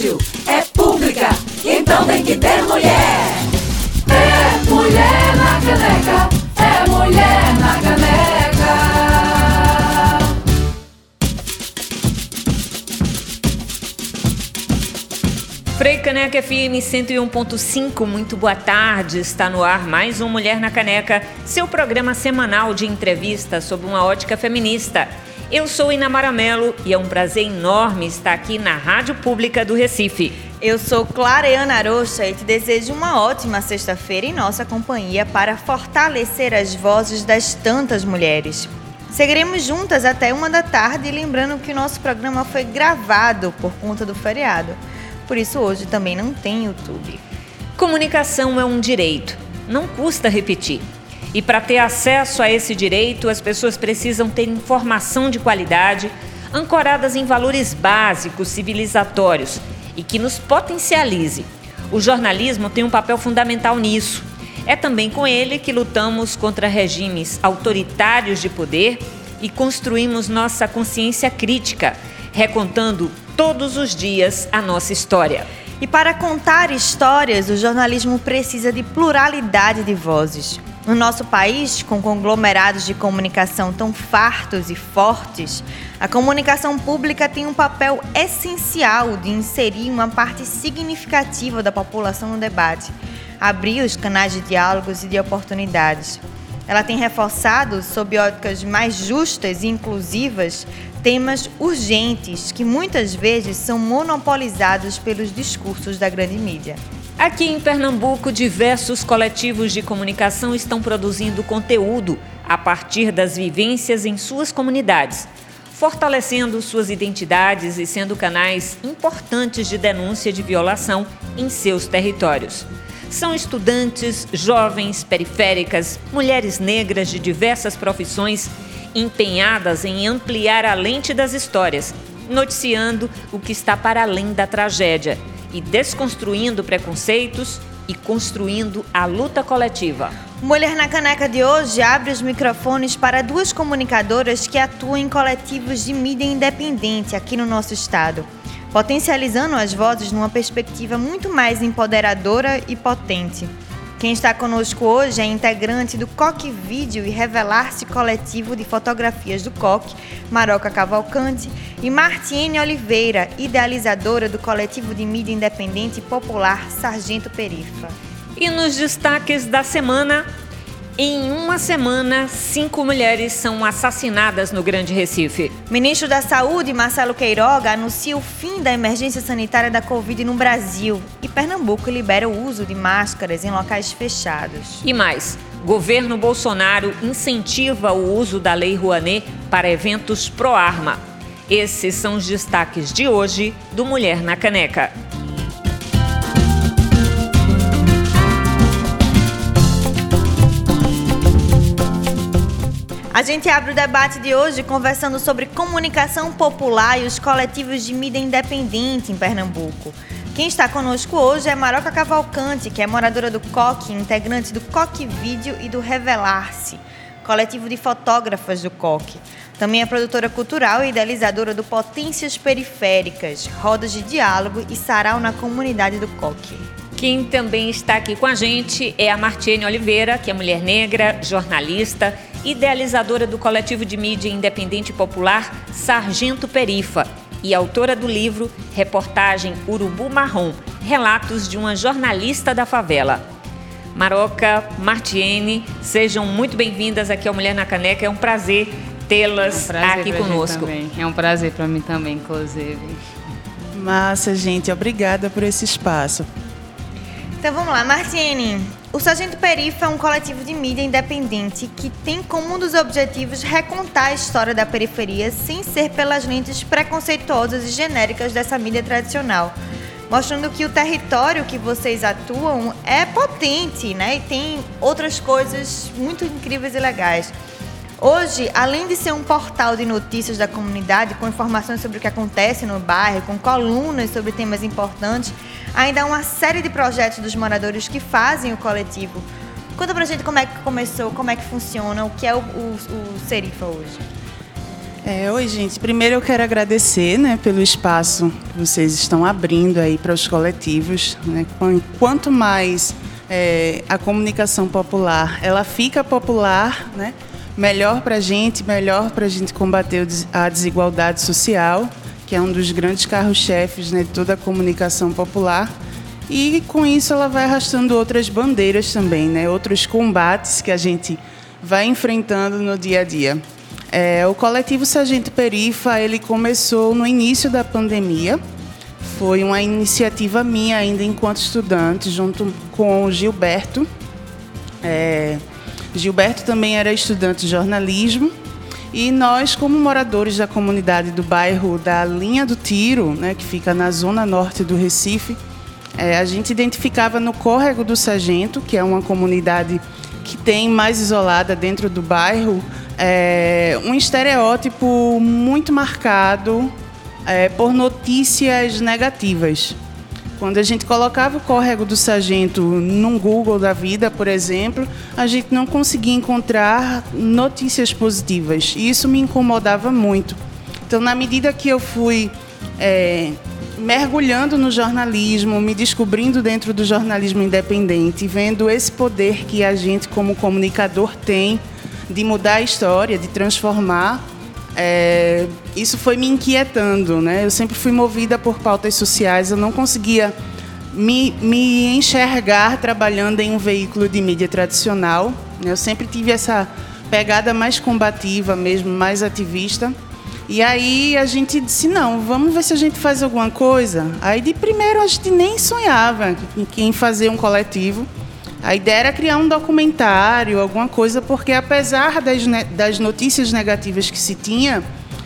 rádio é pública, então tem que ter mulher. É mulher na caneca, é mulher na caneca. Frei Caneca FM 101.5, muito boa tarde. Está no ar mais um Mulher na Caneca, seu programa semanal de entrevista sob uma ótica feminista. Eu sou Inamara Mello e é um prazer enorme estar aqui na Rádio Pública do Recife. Eu sou Clareana Arocha e te desejo uma ótima sexta-feira em nossa companhia para fortalecer as vozes das tantas mulheres. Seguiremos juntas até 13h, lembrando que o nosso programa foi gravado por conta do feriado. Por isso hoje também não tem YouTube. Comunicação é um direito, não custa repetir. E para ter acesso a esse direito, as pessoas precisam ter informação de qualidade, ancoradas em valores básicos, civilizatórios e que nos potencialize. O jornalismo tem um papel fundamental nisso. É também com ele que lutamos contra regimes autoritários de poder e construímos nossa consciência crítica, recontando todos os dias a nossa história. E para contar histórias, o jornalismo precisa de pluralidade de vozes. No nosso país, com conglomerados de comunicação tão fartos e fortes, a comunicação pública tem um papel essencial de inserir uma parte significativa da população no debate, abrir os canais de diálogos e de oportunidades. Ela tem reforçado, sob óticas mais justas e inclusivas, temas urgentes que muitas vezes são monopolizados pelos discursos da grande mídia. Aqui em Pernambuco, diversos coletivos de comunicação estão produzindo conteúdo a partir das vivências em suas comunidades, fortalecendo suas identidades e sendo canais importantes de denúncia de violação em seus territórios. São estudantes, jovens, periféricas, mulheres negras de diversas profissões empenhadas em ampliar a lente das histórias, noticiando o que está para além da tragédia e desconstruindo preconceitos e construindo a luta coletiva. Mulher na Caneca de hoje abre os microfones para duas comunicadoras que atuam em coletivos de mídia independente aqui no nosso estado, potencializando as vozes numa perspectiva muito mais empoderadora e potente. Quem está conosco hoje é integrante do Coque Vídeo e Revelar-se coletivo de fotografias do Coque, Maroca Cavalcante, e Martiene Oliveira, idealizadora do coletivo de mídia independente popular Sargento Perifa. E nos destaques da semana, em uma semana, 5 mulheres são assassinadas no Grande Recife. Ministro da Saúde, Marcelo Queiroga, anuncia o fim da emergência sanitária da Covid no Brasil e Pernambuco libera o uso de máscaras em locais fechados. E mais, governo Bolsonaro incentiva o uso da Lei Rouanet para eventos pró-arma. Esses são os destaques de hoje do Mulher na Caneca. A gente abre o debate de hoje conversando sobre comunicação popular e os coletivos de mídia independente em Pernambuco. Quem está conosco hoje é Maroca Cavalcante, que é moradora do Coque, integrante do Coque Vídeo e do Revelar-se, coletivo de fotógrafas do Coque. Também é produtora cultural e idealizadora do Potências Periféricas, rodas de diálogo e sarau na comunidade do Coque. Quem também está aqui com a gente é a Martiene Oliveira, que é mulher negra, jornalista, idealizadora do coletivo de mídia independente popular Sargento Perifa e autora do livro Reportagem Urubu Marrom, Relatos de uma Jornalista da Favela. Maroca, Martiene, sejam muito bem-vindas aqui ao Mulher na Caneca. É um prazer tê-las aqui conosco. É um prazer para mim também, inclusive. Massa, gente. Obrigada por esse espaço. Então vamos lá, Martiene. O Sargento Perifa é um coletivo de mídia independente que tem como um dos objetivos recontar a história da periferia sem ser pelas lentes preconceituosas e genéricas dessa mídia tradicional, mostrando que o território que vocês atuam é potente, né? E tem outras coisas muito incríveis e legais. Hoje, além de ser um portal de notícias da comunidade, com informações sobre o que acontece no bairro, com colunas sobre temas importantes, ainda há uma série de projetos dos moradores que fazem o coletivo. Conta pra gente como é que começou, como é que funciona, o que é o Serifa hoje. Oi, gente. Primeiro eu quero agradecer, né, pelo espaço que vocês estão abrindo aí para os coletivos, né? Quanto mais a comunicação popular ela fica popular, né, melhor para a gente combater a desigualdade social, que é um dos grandes carros-chefes, né, de toda a comunicação popular. E com isso ela vai arrastando outras bandeiras também, né, outros combates que a gente vai enfrentando no dia a dia. O coletivo Sargento Perifa, ele começou no início da pandemia. Foi uma iniciativa minha ainda enquanto estudante, junto com o Gilberto. Gilberto também era estudante de jornalismo. E nós, como moradores da comunidade do bairro da Linha do Tiro, né, que fica na zona norte do Recife, a gente identificava no Córrego do Sargento, que é uma comunidade que tem mais isolada dentro do bairro, um estereótipo muito marcado por notícias negativas. Quando a gente colocava o Córrego do Sargento num Google da vida, por exemplo, a gente não conseguia encontrar notícias positivas. E isso me incomodava muito. Então, na medida que eu fui mergulhando no jornalismo, me descobrindo dentro do jornalismo independente, vendo esse poder que a gente, como comunicador, tem de mudar a história, de transformar, isso foi me inquietando, né? Eu sempre fui movida por pautas sociais, eu não conseguia me enxergar trabalhando em um veículo de mídia tradicional. Eu sempre tive essa pegada mais combativa mesmo, mais ativista. E aí a gente disse, não, vamos ver se a gente faz alguma coisa. Aí de primeiro a gente nem sonhava em fazer um coletivo. A ideia era criar um documentário, alguma coisa, porque apesar das notícias negativas que se tinha,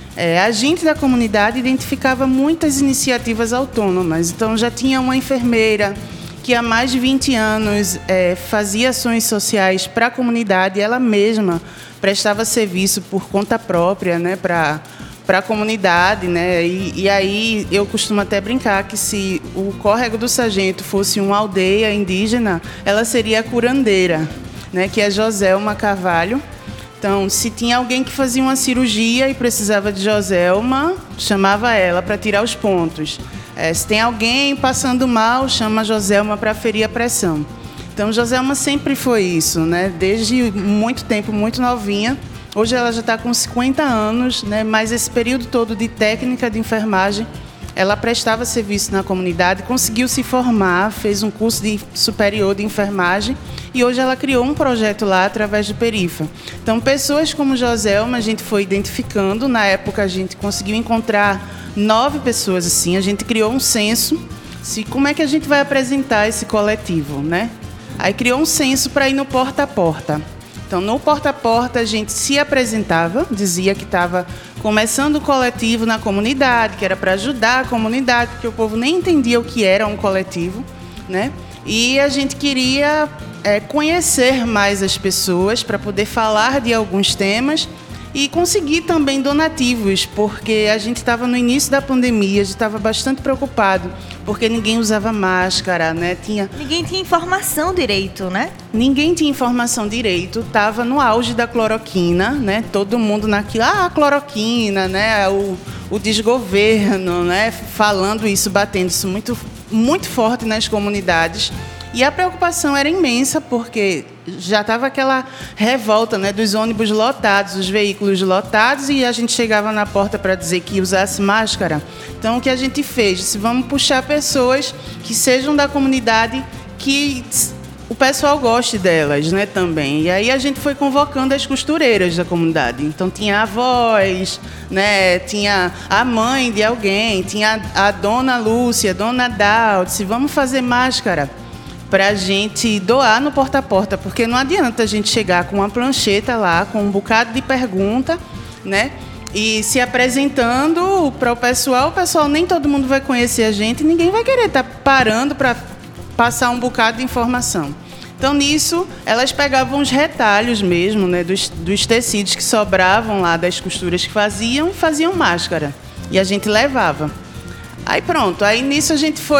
a gente da comunidade identificava muitas iniciativas autônomas. Então já tinha uma enfermeira que há mais de 20 anos fazia ações sociais para a comunidade, ela mesma prestava serviço por conta própria, né, para a comunidade, né? E aí eu costumo até brincar que se o Córrego do Sargento fosse uma aldeia indígena, ela seria a curandeira, né? Que é Joselma Carvalho. Então, se tinha alguém que fazia uma cirurgia e precisava de Joselma, chamava ela para tirar os pontos. Se tem alguém passando mal, chama a Joselma para aferir a pressão. Então, Joselma sempre foi isso, né? Desde muito tempo, muito novinha. Hoje ela já está com 50 anos, né? Mas esse período todo de técnica de enfermagem, ela prestava serviço na comunidade, conseguiu se formar, fez um curso superior de enfermagem e hoje ela criou um projeto lá através do Perifa. Então, pessoas como Joselma, a gente foi identificando. Na época, a gente conseguiu encontrar 9 pessoas assim. A gente criou um censo, como é que a gente vai apresentar esse coletivo, né? Aí criou um censo para ir no porta a porta. Então, no porta a porta, a gente se apresentava, dizia que estava começando o coletivo na comunidade, que era para ajudar a comunidade, porque o povo nem entendia o que era um coletivo, né? E a gente queria conhecer mais as pessoas para poder falar de alguns temas e conseguir também donativos, porque a gente estava no início da pandemia, a gente estava bastante preocupado, porque ninguém usava máscara, né? Ninguém tinha informação direito, né? Ninguém tinha informação direito, estava no auge da cloroquina, né? Todo mundo naquilo, a cloroquina, né? O desgoverno, né? Falando isso, batendo isso muito, muito forte nas comunidades. E a preocupação era imensa, porque já estava aquela revolta, né, dos ônibus lotados, os veículos lotados, e a gente chegava na porta para dizer que usasse máscara. Então, o que a gente fez? Disse, vamos puxar pessoas que sejam da comunidade, que o pessoal goste delas, né, também. E aí a gente foi convocando as costureiras da comunidade. Então, tinha avós, né, tinha a mãe de alguém, tinha a dona Lúcia, a dona Dal, disse, vamos fazer máscara para a gente doar no porta a porta, porque não adianta a gente chegar com uma prancheta lá, com um bocado de pergunta, né? E se apresentando para o pessoal nem todo mundo vai conhecer a gente, ninguém vai querer estar parando para passar um bocado de informação. Então, nisso, elas pegavam os retalhos mesmo, né, dos tecidos que sobravam lá das costuras que faziam e faziam máscara. E a gente levava. Aí pronto, aí nisso a gente foi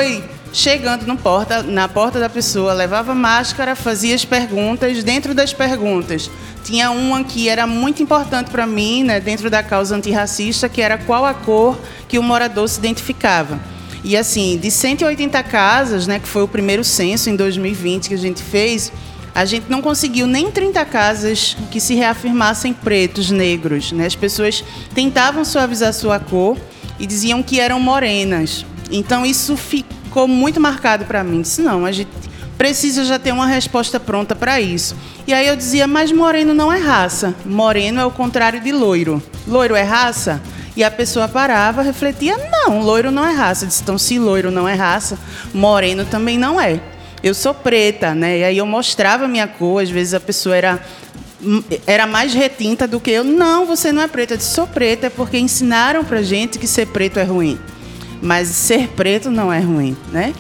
chegando na porta da pessoa, levava máscara, fazia as perguntas. Dentro das perguntas, tinha uma que era muito importante para mim, né, dentro da causa antirracista, que era qual a cor que o morador se identificava. E assim, de 180 casas, né, que foi o primeiro censo em 2020 que a gente fez, a gente não conseguiu nem 30 casas que se reafirmassem pretos, negros, né? As pessoas tentavam suavizar sua cor e diziam que eram morenas. Então, isso ficou muito marcado para mim. Disse, não, a gente precisa já ter uma resposta pronta para isso. E aí eu dizia, mas moreno não é raça. Moreno é o contrário de loiro. Loiro é raça? E a pessoa parava, refletia, não, loiro não é raça. Eu disse, então, se loiro não é raça, moreno também não é. Eu sou preta, né? E aí eu mostrava a minha cor, às vezes a pessoa era mais retinta do que eu. Não, você não é preta. Eu disse, sou preta, é porque ensinaram pra gente que ser preto é ruim. Mas ser preto não é ruim, né?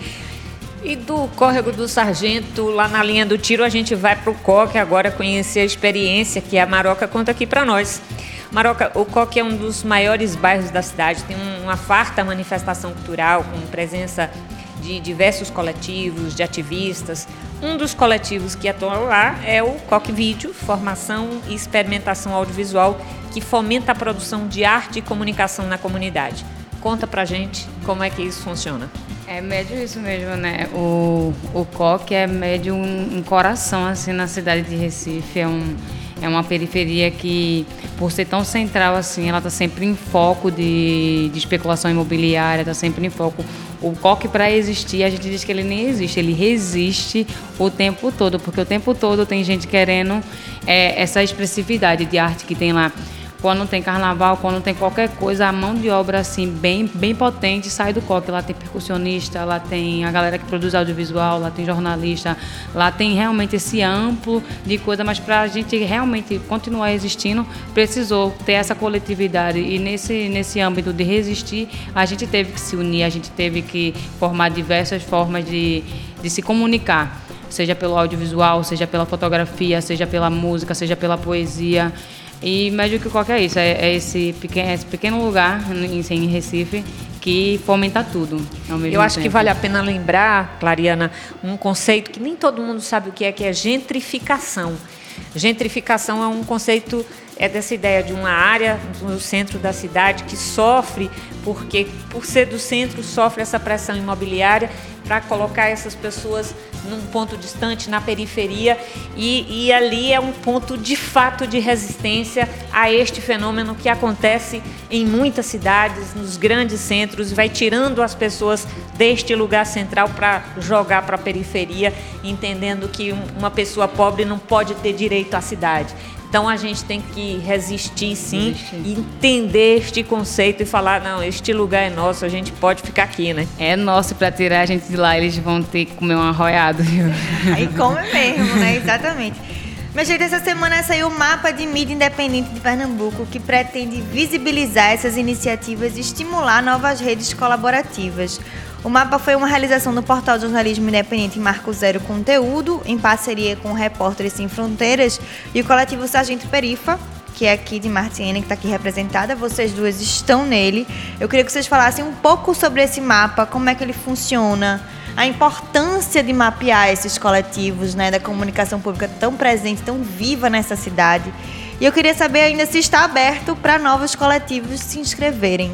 E do Córrego do Sargento, lá na linha do tiro, a gente vai para o Coque agora conhecer a experiência que a Maroca conta aqui para nós. Maroca, o Coque é um dos maiores bairros da cidade, tem uma farta manifestação cultural, com presença de diversos coletivos, de ativistas. Um dos coletivos que atuam lá é o Coque Vídeo, Formação e Experimentação Audiovisual, que fomenta a produção de arte e comunicação na comunidade. Conta pra gente como é que isso funciona. É médio isso mesmo, né? O Coque é médio um coração assim na cidade de Recife. É uma periferia que, por ser tão central assim, ela está sempre em foco de especulação imobiliária, está sempre em foco. O Coque, para existir, a gente diz que ele nem existe, ele resiste o tempo todo, porque o tempo todo tem gente querendo essa expressividade de arte que tem lá. Quando tem carnaval, quando tem qualquer coisa, a mão de obra assim, bem potente sai do Coque. Lá tem percussionista, lá tem a galera que produz audiovisual, lá tem jornalista, lá tem realmente esse amplo de coisa, mas para a gente realmente continuar existindo, precisou ter essa coletividade. E nesse âmbito de resistir, a gente teve que se unir, a gente teve que formar diversas formas de se comunicar, seja pelo audiovisual, seja pela fotografia, seja pela música, seja pela poesia. E médio que qualquer isso, esse pequeno lugar em Recife que fomenta tudo ao mesmo tempo. Eu acho que vale a pena lembrar, Clariana, um conceito que nem todo mundo sabe o que é gentrificação. Gentrificação é um conceito, dessa ideia de uma área no centro da cidade que sofre, porque por ser do centro, sofre essa pressão imobiliária para colocar essas pessoas num ponto distante, na periferia, e ali é um ponto de fato de resistência a este fenômeno que acontece em muitas cidades, nos grandes centros, e vai tirando as pessoas deste lugar central para jogar para a periferia, entendendo que uma pessoa pobre não pode ter direito à cidade. Então, a gente tem que resistir, sim, e entender este conceito e falar, não, este lugar é nosso, a gente pode ficar aqui, né? É nosso, para tirar a gente de lá, eles vão ter que comer um arroiado, viu? Aí come mesmo, né? Exatamente. Minha gente, essa semana saiu o Mapa de Mídia Independente de Pernambuco, que pretende visibilizar essas iniciativas e estimular novas redes colaborativas. O mapa foi uma realização do portal de jornalismo independente Marco Zero Conteúdo, em parceria com o Repórteres Sem Fronteiras e o coletivo Sargento Perifa, que é aqui de Martiene, que está aqui representada. Vocês duas estão nele. Eu queria que vocês falassem um pouco sobre esse mapa, como é que ele funciona, a importância de mapear esses coletivos, né, da comunicação pública tão presente, tão viva nessa cidade. E eu queria saber ainda se está aberto para novos coletivos se inscreverem.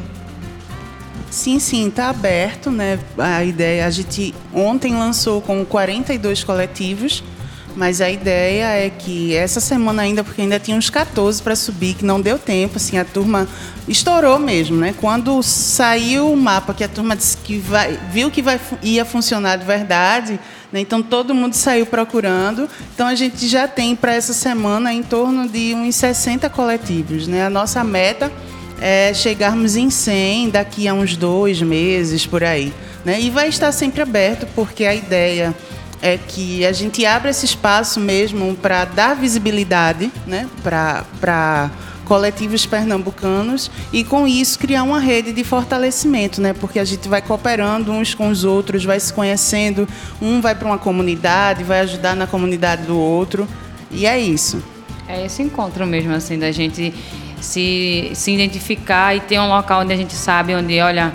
Sim, está aberto, né? A ideia, a gente ontem lançou com 42 coletivos, mas a ideia é que essa semana ainda, porque ainda tinha uns 14 para subir, que não deu tempo, assim, a turma estourou mesmo, né? Quando saiu o mapa, que a turma disse que viu que ia funcionar de verdade, né? Então todo mundo saiu procurando. Então a gente já tem para essa semana em torno de uns 60 coletivos, né? A nossa meta é chegarmos em 100 daqui a uns 2 meses, por aí, né? E vai estar sempre aberto, porque a ideia é que a gente abra esse espaço mesmo para dar visibilidade, né? Para coletivos pernambucanos e, com isso, criar uma rede de fortalecimento, né? Porque a gente vai cooperando uns com os outros, vai se conhecendo, um vai para uma comunidade, vai ajudar na comunidade do outro, e é isso. É esse encontro mesmo, assim, da gente se identificar e ter um local onde a gente sabe, onde, olha,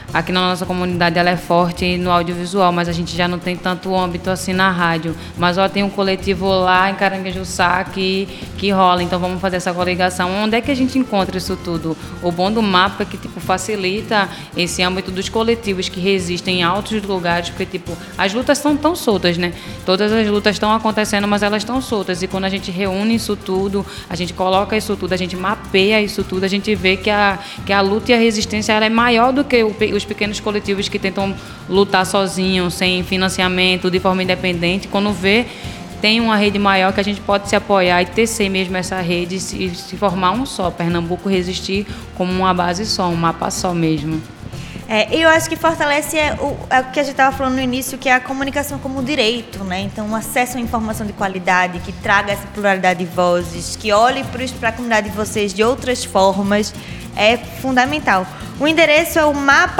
aqui na nossa comunidade ela é forte no audiovisual, mas a gente já não tem tanto âmbito assim na rádio. Mas tem um coletivo lá em Caranguejuçá que rola, então vamos fazer essa coligação. Onde é que a gente encontra isso tudo? O bom do mapa é que facilita esse âmbito dos coletivos que resistem em altos lugares, porque as lutas estão tão soltas, né? Todas as lutas estão acontecendo, mas elas estão soltas. E quando a gente reúne isso tudo, a gente coloca isso tudo, a gente mapeia isso tudo, a gente vê que a luta e a resistência ela é maior do que os pequenos coletivos que tentam lutar sozinhos, sem financiamento, de forma independente. Quando vê, tem uma rede maior que a gente pode se apoiar e tecer mesmo essa rede e se formar um só. Pernambuco resistir como uma base só, um mapa só mesmo. Eu acho que fortalece o que a gente estava falando no início, que é a comunicação como direito, né? Então, o acesso à informação de qualidade, que traga essa pluralidade de vozes, que olhe para a comunidade de vocês de outras formas, é fundamental. O endereço é o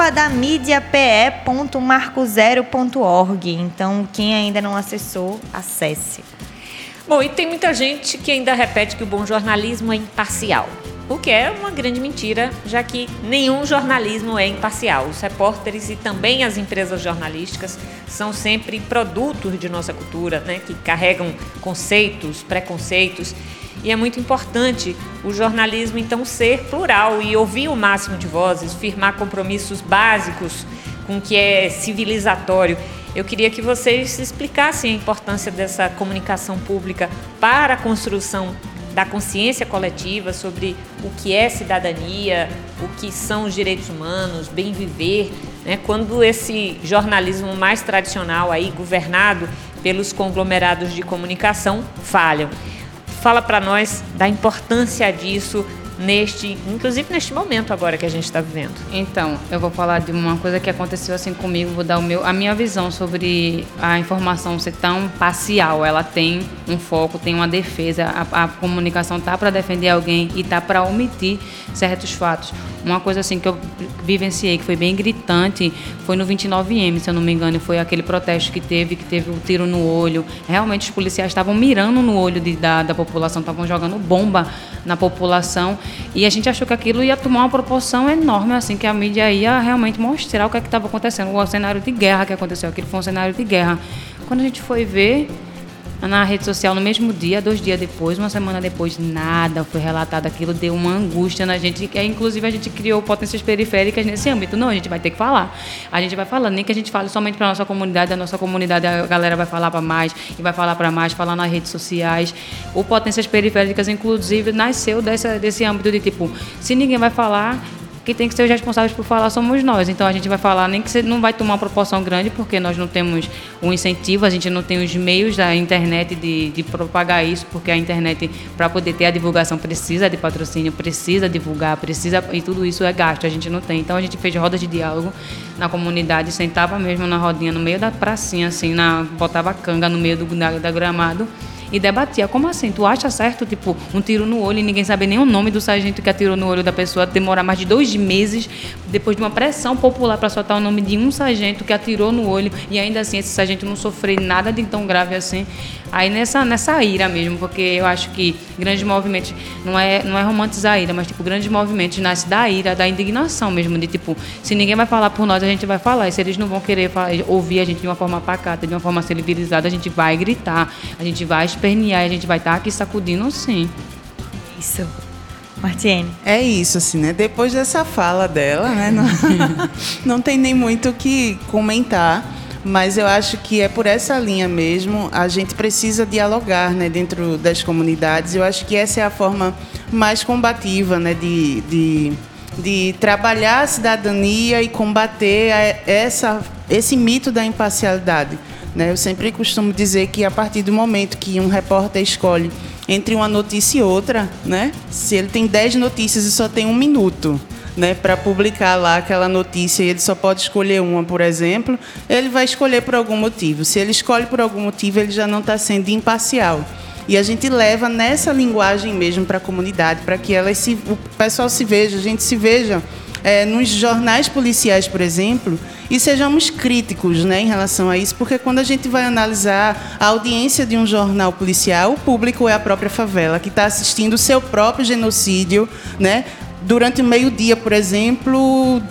mapadamídiape.marcozero.org. Então, quem ainda não acessou, acesse. Bom, e tem muita gente que ainda repete que o bom jornalismo é imparcial. O que é uma grande mentira, já que nenhum jornalismo é imparcial. Os repórteres e também as empresas jornalísticas são sempre produtos de nossa cultura, né, que carregam conceitos, preconceitos. E é muito importante o jornalismo, então, ser plural e ouvir o máximo de vozes, firmar compromissos básicos com o que é civilizatório. Eu queria que vocês explicassem a importância dessa comunicação pública para a construção da consciência coletiva sobre o que é cidadania, o que são os direitos humanos, bem viver, né? Quando esse jornalismo mais tradicional, aí, governado pelos conglomerados de comunicação, falham. Fala para nós da importância disso, inclusive neste momento agora que a gente está vivendo. Então, eu vou falar de uma coisa que aconteceu assim comigo, vou dar a minha visão sobre a informação ser tão parcial. Ela tem um foco, tem uma defesa, a comunicação tá para defender alguém e tá para omitir certos fatos. Uma coisa assim que eu vivenciei, que foi bem gritante, foi no 29M, se eu não me engano, foi aquele protesto que teve o tiro no olho. Realmente os policiais estavam mirando no olho da população, estavam jogando bomba na população. E a gente achou que aquilo ia tomar uma proporção enorme, assim, que a mídia ia realmente mostrar o que estava acontecendo, o cenário de guerra que aconteceu. Aquilo foi um cenário de guerra. Quando a gente foi ver na rede social, no mesmo dia, 2 dias depois, uma semana depois, nada foi relatado. Aquilo deu uma angústia na gente, que inclusive a gente criou potências periféricas nesse âmbito. Não, a gente vai ter que falar. A gente vai falando, nem que a gente fale somente para a nossa comunidade, a galera vai falar para mais, e vai falar para mais, falar nas redes sociais. O Potências Periféricas, inclusive, nasceu desse âmbito de se ninguém vai falar, que tem que ser os responsáveis por falar somos nós. Então a gente vai falar, nem que você não vai tomar uma proporção grande, porque nós não temos o incentivo, a gente não tem os meios da internet de propagar isso, porque a internet, para poder ter a divulgação, precisa de patrocínio, precisa divulgar, e tudo isso é gasto, a gente não tem. Então a gente fez rodas de diálogo na comunidade, sentava mesmo na rodinha, no meio da pracinha, assim, botava canga no meio da gramado, e debatia, como assim? Tu acha certo, um tiro no olho e ninguém saber nem o nome do sargento que atirou no olho da pessoa, demorar mais de 2 meses, depois de uma pressão popular para soltar o nome de um sargento que atirou no olho, e ainda assim esse sargento não sofreu nada de tão grave assim. Aí nessa ira mesmo, porque eu acho que grandes movimentos, não é romantizar a ira, mas grandes movimentos nascem da ira, da indignação mesmo, de se ninguém vai falar por nós, a gente vai falar, e se eles não vão querer ouvir a gente de uma forma pacata, de uma forma civilizada, a gente vai gritar, a gente vai espernear, a gente vai estar aqui sacudindo, sim. Isso. Martiene. É isso, assim, né? Depois dessa fala dela, né? Não tem nem muito o que comentar. Mas eu acho que é por essa linha mesmo, a gente precisa dialogar, né, dentro das comunidades. Eu acho que essa é a forma mais combativa, né, de trabalhar a cidadania e combater esse mito da imparcialidade, né? Eu sempre costumo dizer que a partir do momento que um repórter escolhe entre uma notícia e outra, né, se ele tem 10 notícias e só tem 1 minuto, né, para publicar lá aquela notícia e ele só pode escolher uma, por exemplo, ele vai escolher por algum motivo. Se ele escolhe por algum motivo, ele já não está sendo imparcial. E a gente leva nessa linguagem mesmo para a comunidade, para que o pessoal se veja, a gente se veja nos jornais policiais, por exemplo, e sejamos críticos, né, em relação a isso, porque quando a gente vai analisar a audiência de um jornal policial, o público é a própria favela, que está assistindo o seu próprio genocídio, né, durante o meio-dia, por exemplo,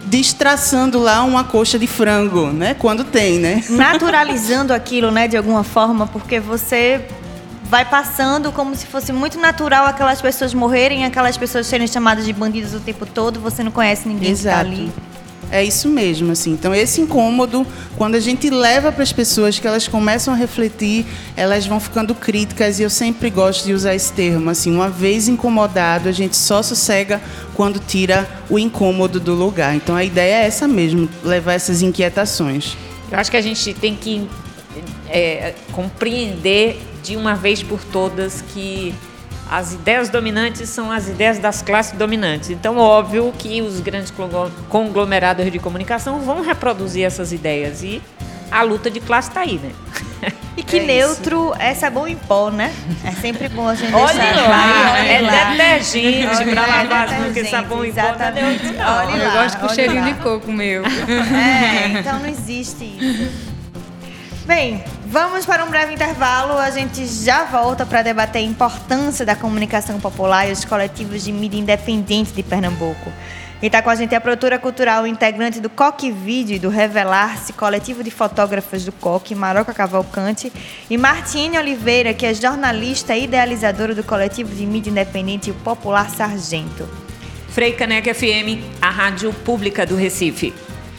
destraçando lá uma coxa de frango, né? Quando tem, né? Naturalizando aquilo, né, de alguma forma, porque você vai passando como se fosse muito natural aquelas pessoas morrerem, aquelas pessoas serem chamadas de bandidos o tempo todo, você não conhece ninguém que está ali. É isso mesmo, assim. Então, esse incômodo, quando a gente leva para as pessoas que elas começam a refletir, elas vão ficando críticas, e eu sempre gosto de usar esse termo, assim, uma vez incomodado, a gente só sossega quando tira o incômodo do lugar. Então, a ideia é essa mesmo, levar essas inquietações. Eu acho que a gente tem que compreender de uma vez por todas que as ideias dominantes são as ideias das classes dominantes. Então, óbvio que os grandes conglomerados de comunicação vão reproduzir essas ideias. E a luta de classe está aí, né? E que neutro é sabão em pó, né? É sempre bom a gente Olha deixar lá, claro. é detergente para lavar as mãos, que detergente, sabão em pó não é neutro, não. Olha Eu lá, gosto com olha cheirinho lá. de coco meu. Então não existe isso. Bem, vamos para um breve intervalo. A gente já volta para debater a importância da comunicação popular e os coletivos de mídia independente de Pernambuco. Quem está com a gente é a produtora cultural integrante do Coque Vídeo e do Revelar-se, coletivo de fotógrafas do Coque, Maroca Cavalcante, e Martiene Oliveira, que é jornalista e idealizadora do coletivo de mídia independente e o Popular Sargento. Freicaneca FM, a rádio pública do Recife.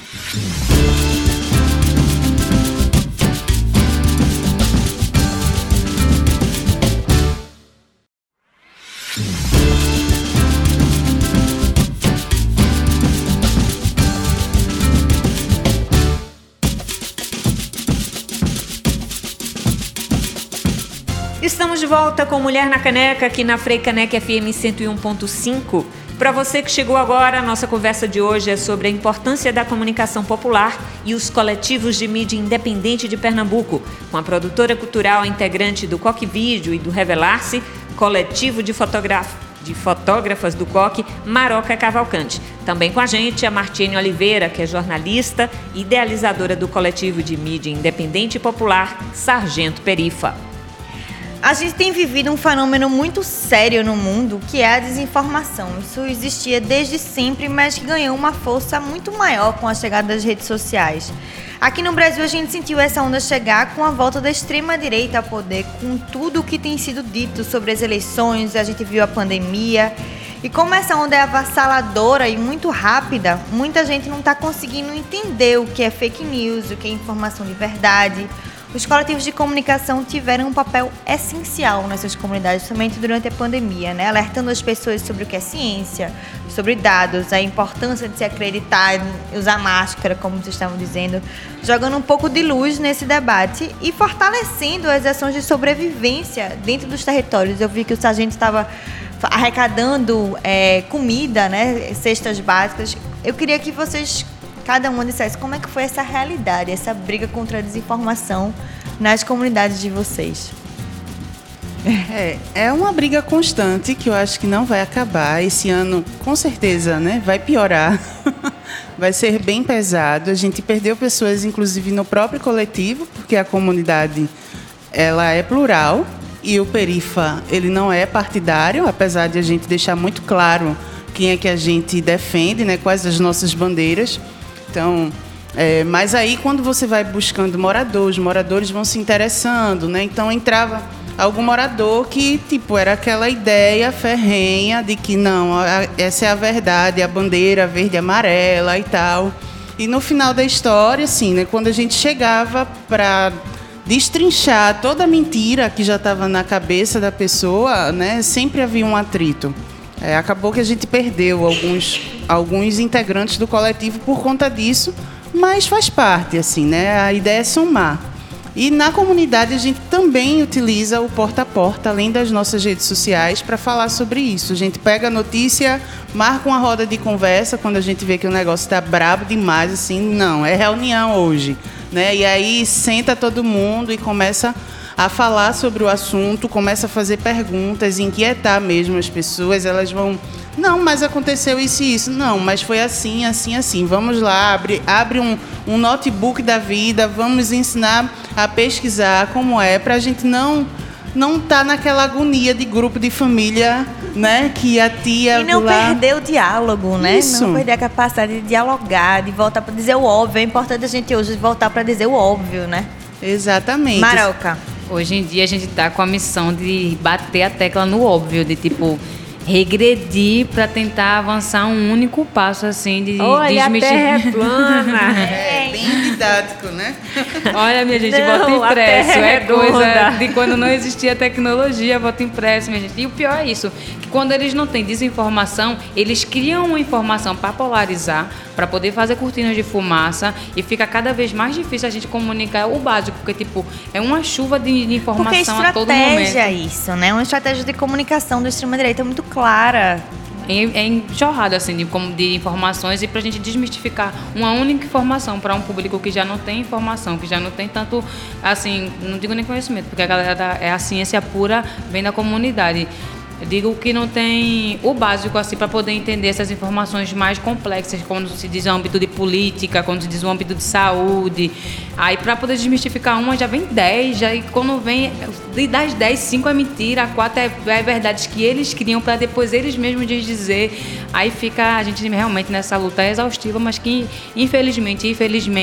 Estamos de volta com Mulher na Caneca, aqui na Freicaneca FM 101.5. Para você que chegou agora, a nossa conversa de hoje é sobre a importância da comunicação popular e os coletivos de mídia independente de Pernambuco, com a produtora cultural integrante do Coque Vídeo e do Revelar-se, coletivo de fotógrafas do Coque, Maroca Cavalcante. Também com a gente a Martiene Oliveira, que é jornalista e idealizadora do coletivo de mídia independente e popular, Sargento Perifa. A gente tem vivido um fenômeno muito sério no mundo, que é a desinformação. Isso existia desde sempre, mas ganhou uma força muito maior com a chegada das redes sociais. Aqui no Brasil, a gente sentiu essa onda chegar com a volta da extrema-direita ao poder, com tudo o que tem sido dito sobre as eleições, a gente viu a pandemia. E como essa onda é avassaladora e muito rápida, muita gente não está conseguindo entender o que é fake news, o que é informação de verdade. Os coletivos de comunicação tiveram um papel essencial nessas comunidades, somente durante a pandemia, né? Alertando as pessoas sobre o que é ciência, sobre dados, a importância de se acreditar, usar máscara, como vocês estavam dizendo, jogando um pouco de luz nesse debate e fortalecendo as ações de sobrevivência dentro dos territórios. Eu vi que o sargento estava arrecadando comida, né? Cestas básicas. Eu queria que vocês, cada uma dissesse como é que foi essa realidade, essa briga contra a desinformação nas comunidades de vocês. É uma briga constante que eu acho que não vai acabar. Esse ano, com certeza, né, vai piorar. Vai ser bem pesado. A gente perdeu pessoas, inclusive, no próprio coletivo, porque a comunidade ela é plural e o Perifa ele não é partidário, apesar de a gente deixar muito claro quem é que a gente defende, né, quais as nossas bandeiras. Então, mas aí quando você vai buscando moradores, os moradores vão se interessando, né? Então entrava algum morador que, tipo, era aquela ideia ferrenha de que não, essa é a verdade, a bandeira verde e amarela e tal. E no final da história, assim, né, quando a gente chegava para destrinchar toda a mentira que já estava na cabeça da pessoa, né, sempre havia um atrito. Acabou que a gente perdeu alguns integrantes do coletivo por conta disso, mas faz parte, assim, né? A ideia é somar. E na comunidade a gente também utiliza o porta a porta, além das nossas redes sociais, para falar sobre isso. A gente pega a notícia, marca uma roda de conversa, quando a gente vê que o negócio está brabo demais, assim, não, é reunião hoje, né? E aí senta todo mundo e começa a falar sobre o assunto, começa a fazer perguntas, inquietar mesmo as pessoas. Elas vão, não, mas aconteceu isso e isso. Não, mas foi assim, assim, assim. Vamos lá, abre um notebook da vida, vamos ensinar a pesquisar como é, para a gente não tá naquela agonia de grupo de família né? Que a tia E não lá... perder o diálogo, né? Isso. Não perder a capacidade de dialogar, de voltar para dizer o óbvio. É importante a gente hoje voltar para dizer o óbvio, né? Exatamente. Maroca. Hoje em dia a gente tá com a missão de bater a tecla no óbvio, de tipo regredir para tentar avançar um único passo assim de Olha, a Terra é plana. É bem didático, né? Olha, minha gente, Não, voto a impresso Terra é é coisa redonda. de quando não existia tecnologia, voto impresso, minha gente. E o pior é isso, que quando eles não têm desinformação, eles criam uma informação para polarizar, para poder fazer cortinas de fumaça e fica cada vez mais difícil a gente comunicar o básico, porque tipo, é uma chuva de Porque informação a a todo momento. estratégia é isso, né? Uma estratégia de comunicação do extrema-direita muito clara. É enxurrada assim, de informações e para a gente desmistificar uma única informação para um público que já não tem informação, que já não tem tanto, assim, não digo nem conhecimento, porque a galera é a ciência pura, vem da comunidade. Eu digo que não tem o básico assim para poder entender essas informações mais complexas, quando se diz o âmbito de política, quando se diz o âmbito de saúde. Aí para poder desmistificar uma já vem 10, já, e quando vem das 10, 5 é mentira, 4 é verdades que eles criam para depois eles mesmos dizer. Aí fica a gente realmente nessa luta exaustiva, mas que infelizmente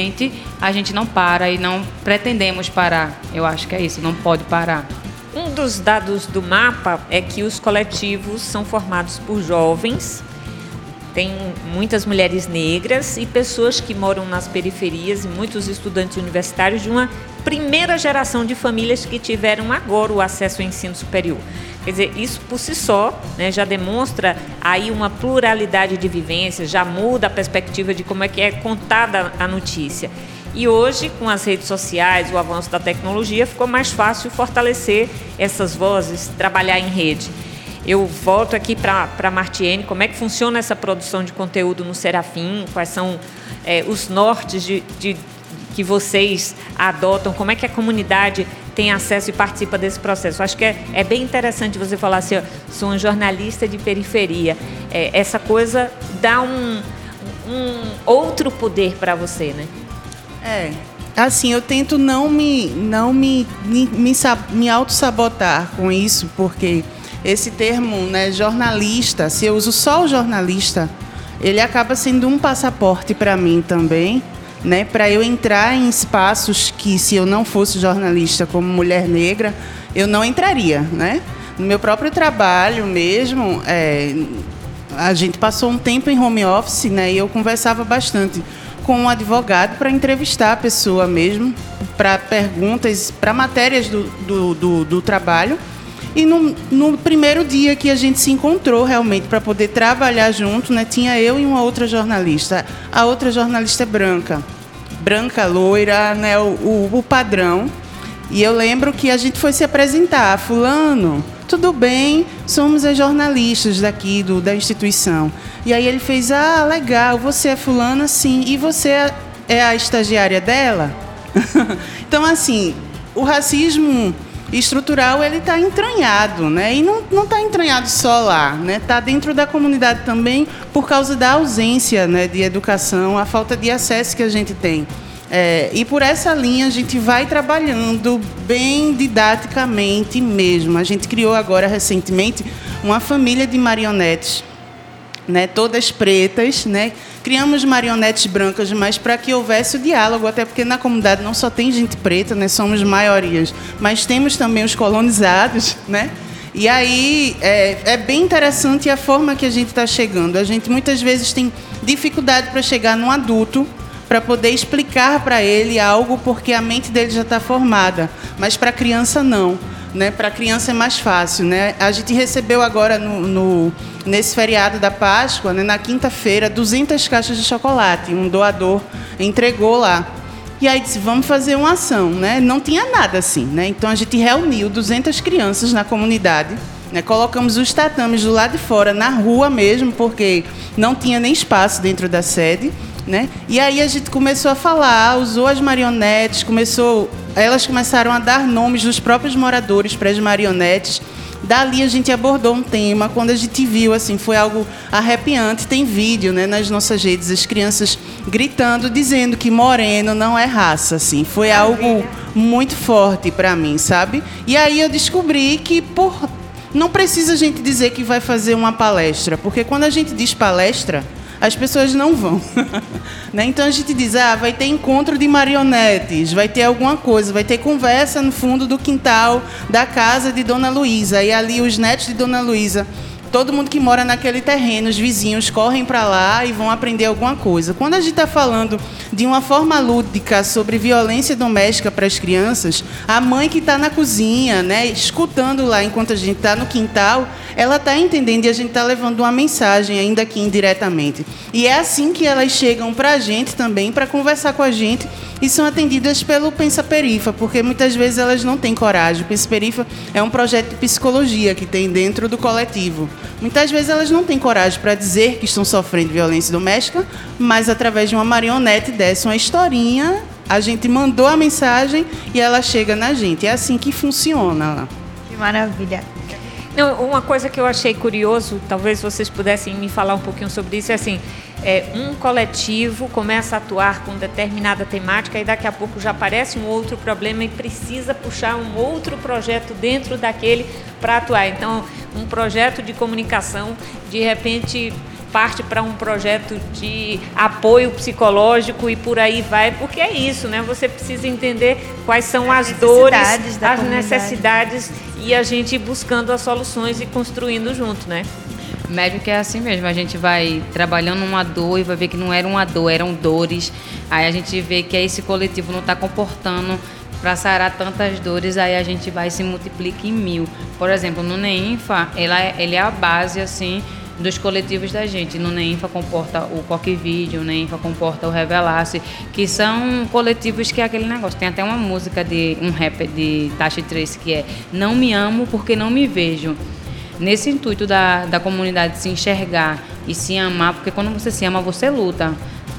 a gente não para e não pretendemos parar. Eu acho que é isso, não pode parar. Um dos dados do mapa é que os coletivos são formados por jovens, tem muitas mulheres negras e pessoas que moram nas periferias e muitos estudantes universitários de uma primeira geração de famílias que tiveram agora o acesso ao ensino superior. Quer dizer, isso por si só, né, já demonstra aí uma pluralidade de vivências, já muda a perspectiva de como é que é contada a notícia. E hoje, com as redes sociais, o avanço da tecnologia, ficou mais fácil fortalecer essas vozes, trabalhar em rede. Eu volto aqui para a Martiene, como é que funciona essa produção de conteúdo no Serafim, quais são os nortes que vocês adotam, como é que a comunidade tem acesso e participa desse processo. Acho que é bem interessante você falar assim, ó, sou um jornalista de periferia. Essa coisa dá um outro poder para você, né? Assim, eu tento não me auto-sabotar com isso, porque esse termo, né, jornalista, se eu uso só o jornalista, ele acaba sendo um passaporte para mim também, né, para eu entrar em espaços que, se eu não fosse jornalista como mulher negra, eu não entraria, né? No meu próprio trabalho mesmo, a gente passou um tempo em home office, né, e eu conversava bastante com um advogado para entrevistar a pessoa mesmo, para perguntas, para matérias do trabalho. E no primeiro dia que a gente se encontrou realmente para poder trabalhar junto, né, tinha eu e uma outra jornalista. A outra jornalista é branca, loira, né, o padrão. E eu lembro que a gente foi se apresentar. Fulano, tudo bem, somos as jornalistas daqui da instituição. E aí ele fez, legal, você é fulana, sim, e você é a estagiária dela? Então, assim, o racismo estrutural, ele está entranhado, né? E não está entranhado só lá, né? Está dentro da comunidade também por causa da ausência, né, de educação, a falta de acesso que a gente tem. E por essa linha a gente vai trabalhando bem didaticamente mesmo. A gente criou agora recentemente uma família de marionetes, né, todas pretas, né? Criamos marionetes brancas, mas para que houvesse o diálogo, até porque na comunidade não só tem gente preta, né, somos maiorias, mas temos também os colonizados, né? E aí é bem interessante a forma que a gente está chegando. A gente muitas vezes tem dificuldade para chegar num adulto, para poder explicar para ele algo, porque a mente dele já está formada, mas para a criança não, né? Para a criança é mais fácil, né? A gente recebeu agora nesse feriado da Páscoa, né, na quinta-feira, 200 caixas de chocolate, um doador entregou lá. E aí disse, vamos fazer uma ação, né? Não tinha nada assim, né? Então a gente reuniu 200 crianças na comunidade, né? Colocamos os tatames do lado de fora, na rua mesmo, porque não tinha nem espaço dentro da sede, né? E aí a gente começou a falar, usou as marionetes, elas começaram a dar nomes dos próprios moradores para as marionetes. Dali a gente abordou um tema, quando a gente viu, assim, foi algo arrepiante. Tem vídeo, né, nas nossas redes, as crianças gritando, dizendo que moreno não é raça, assim. Foi algo muito forte para mim, sabe? E aí eu descobri que Não precisa a gente dizer que vai fazer uma palestra, porque quando a gente diz palestra, as pessoas não vão. Né? Então a gente diz, vai ter encontro de marionetes, vai ter alguma coisa, vai ter conversa no fundo do quintal da casa de Dona Luísa. E ali os netos de Dona Luísa, todo mundo que mora naquele terreno, os vizinhos correm para lá e vão aprender alguma coisa. Quando a gente está falando de uma forma lúdica sobre violência doméstica para as crianças, a mãe que está na cozinha, né, escutando lá enquanto a gente está no quintal, ela está entendendo e a gente está levando uma mensagem, ainda que indiretamente. E é assim que elas chegam para a gente também, para conversar com a gente, e são atendidas pelo Pensa Perifa, porque muitas vezes elas não têm coragem. O Pensa Perifa é um projeto de psicologia que tem dentro do coletivo. Muitas vezes elas não têm coragem para dizer que estão sofrendo violência doméstica, mas através de uma marionete dessa, uma historinha, a gente mandou a mensagem e ela chega na gente. É assim que funciona lá. Que maravilha. Não, uma coisa que eu achei curioso, talvez vocês pudessem me falar um pouquinho sobre isso, é assim, um coletivo começa a atuar com determinada temática e daqui a pouco já aparece um outro problema e precisa puxar um outro projeto dentro daquele para atuar. Então, um projeto de comunicação, de repente, parte para um projeto de apoio psicológico e por aí vai, porque é isso, né? Você precisa entender quais são as dores, as necessidades e a gente ir buscando as soluções e construindo junto, né? Médico é assim mesmo, a gente vai trabalhando uma dor e vai ver que não era uma dor, eram dores. Aí a gente vê que esse coletivo não está comportando para sarar tantas dores, aí a gente vai e se multiplica em 1000. Por exemplo, no NEINFA, ele é a base, assim, dos coletivos da gente. No NEINFA comporta o Coque Vídeo, o NEINFA comporta o Revelasse, que são coletivos que é aquele negócio. Tem até uma música de um rapper de Tashi Trace que é Não Me Amo Porque Não Me Vejo. Nesse intuito da comunidade se enxergar e se amar, porque quando você se ama, você luta.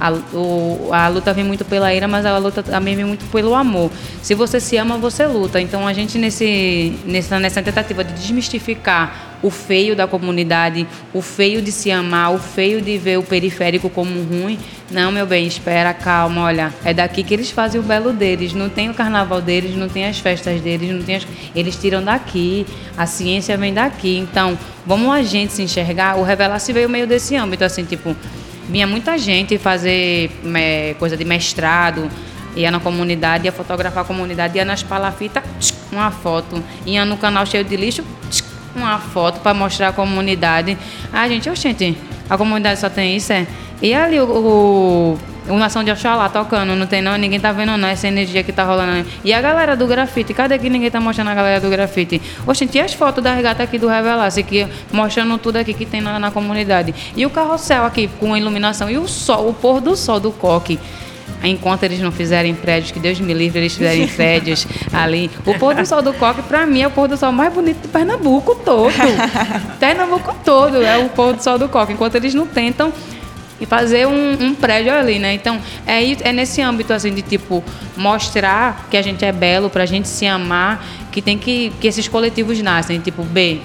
A luta vem muito pela ira, mas a luta também vem muito pelo amor. Se você se ama, você luta. Então, a gente, nessa tentativa de desmistificar o feio da comunidade, o feio de se amar, o feio de ver o periférico como ruim, não, meu bem, espera, calma, olha, é daqui que eles fazem o belo deles, não tem o carnaval deles, não tem as festas deles, eles tiram daqui, a ciência vem daqui. Então, vamos a gente se enxergar. O Revelar-se veio meio desse âmbito, assim, tipo, vinha muita gente fazer coisa de mestrado, ia na comunidade, ia fotografar a comunidade, ia nas palafitas, uma foto, ia no canal cheio de lixo, uma foto para mostrar a comunidade. Gente, a comunidade só tem isso, E ali o Nação de Oxalá tocando, não tem não, ninguém tá vendo não, essa energia que tá rolando. E a galera do grafite, cadê que ninguém tá mostrando a galera do grafite? E as fotos da regata aqui do Revelasse, aqui, mostrando tudo aqui que tem na comunidade. E o carrossel aqui com a iluminação, e o sol, o pôr do sol do Coque. Enquanto eles não fizerem prédios, que Deus me livre, eles fizerem prédios ali. O pôr do sol do Coque, para mim, é o pôr do sol mais bonito de Pernambuco todo. Pernambuco todo é o pôr do sol do Coque. Enquanto eles não tentam fazer um prédio ali, né? Então, é nesse âmbito, assim, de, tipo, mostrar que a gente é belo, pra gente se amar, que esses coletivos nascem. Tipo,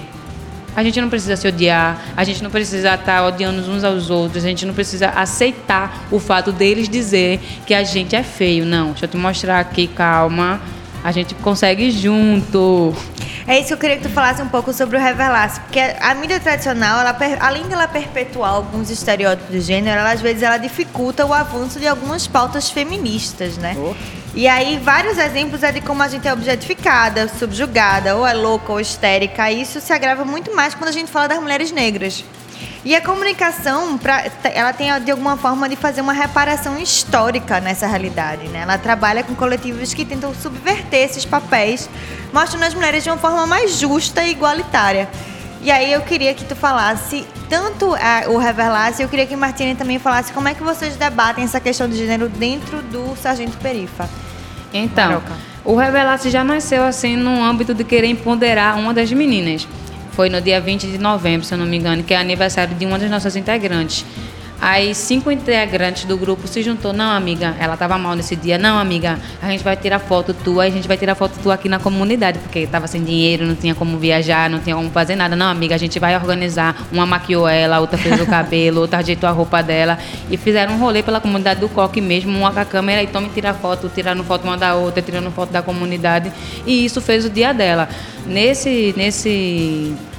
a gente não precisa se odiar, a gente não precisa estar odiando uns aos outros, a gente não precisa aceitar o fato deles dizer que a gente é feio. Não, deixa eu te mostrar aqui, calma, a gente consegue junto. É isso que eu queria que tu falasse um pouco sobre o Revelasse, porque a mídia tradicional, além de ela perpetuar alguns estereótipos de gênero, às vezes ela dificulta o avanço de algumas pautas feministas, né? E aí, vários exemplos de como a gente é objetificada, subjugada, ou é louca ou histérica. E isso se agrava muito mais quando a gente fala das mulheres negras. E a comunicação, ela tem, de alguma forma, de fazer uma reparação histórica nessa realidade, né? Ela trabalha com coletivos que tentam subverter esses papéis, mostrando as mulheres de uma forma mais justa e igualitária. E aí eu queria que tu falasse tanto o Revelasse, eu queria que Martine também falasse como é que vocês debatem essa questão de gênero dentro do Sargento Perifa. Então, Maroca. O Revelasse já nasceu assim no âmbito de querer empoderar uma das meninas. Foi no dia 20 de novembro, se eu não me engano, que é aniversário de uma das nossas integrantes. Aí 5 integrantes do grupo se juntou. Não, amiga, ela estava mal nesse dia. Não, amiga, a gente vai tirar foto tua. A gente vai tirar foto tua aqui na comunidade, porque estava sem dinheiro, não tinha como viajar, não tinha como fazer nada. Não, amiga, a gente vai organizar. Uma maquiou ela, outra fez o cabelo, outra ajeitou a roupa dela. E fizeram um rolê pela comunidade do Coque mesmo, uma com a câmera e tome tirar foto, tirando foto uma da outra, tirando foto da comunidade. E isso fez o dia dela.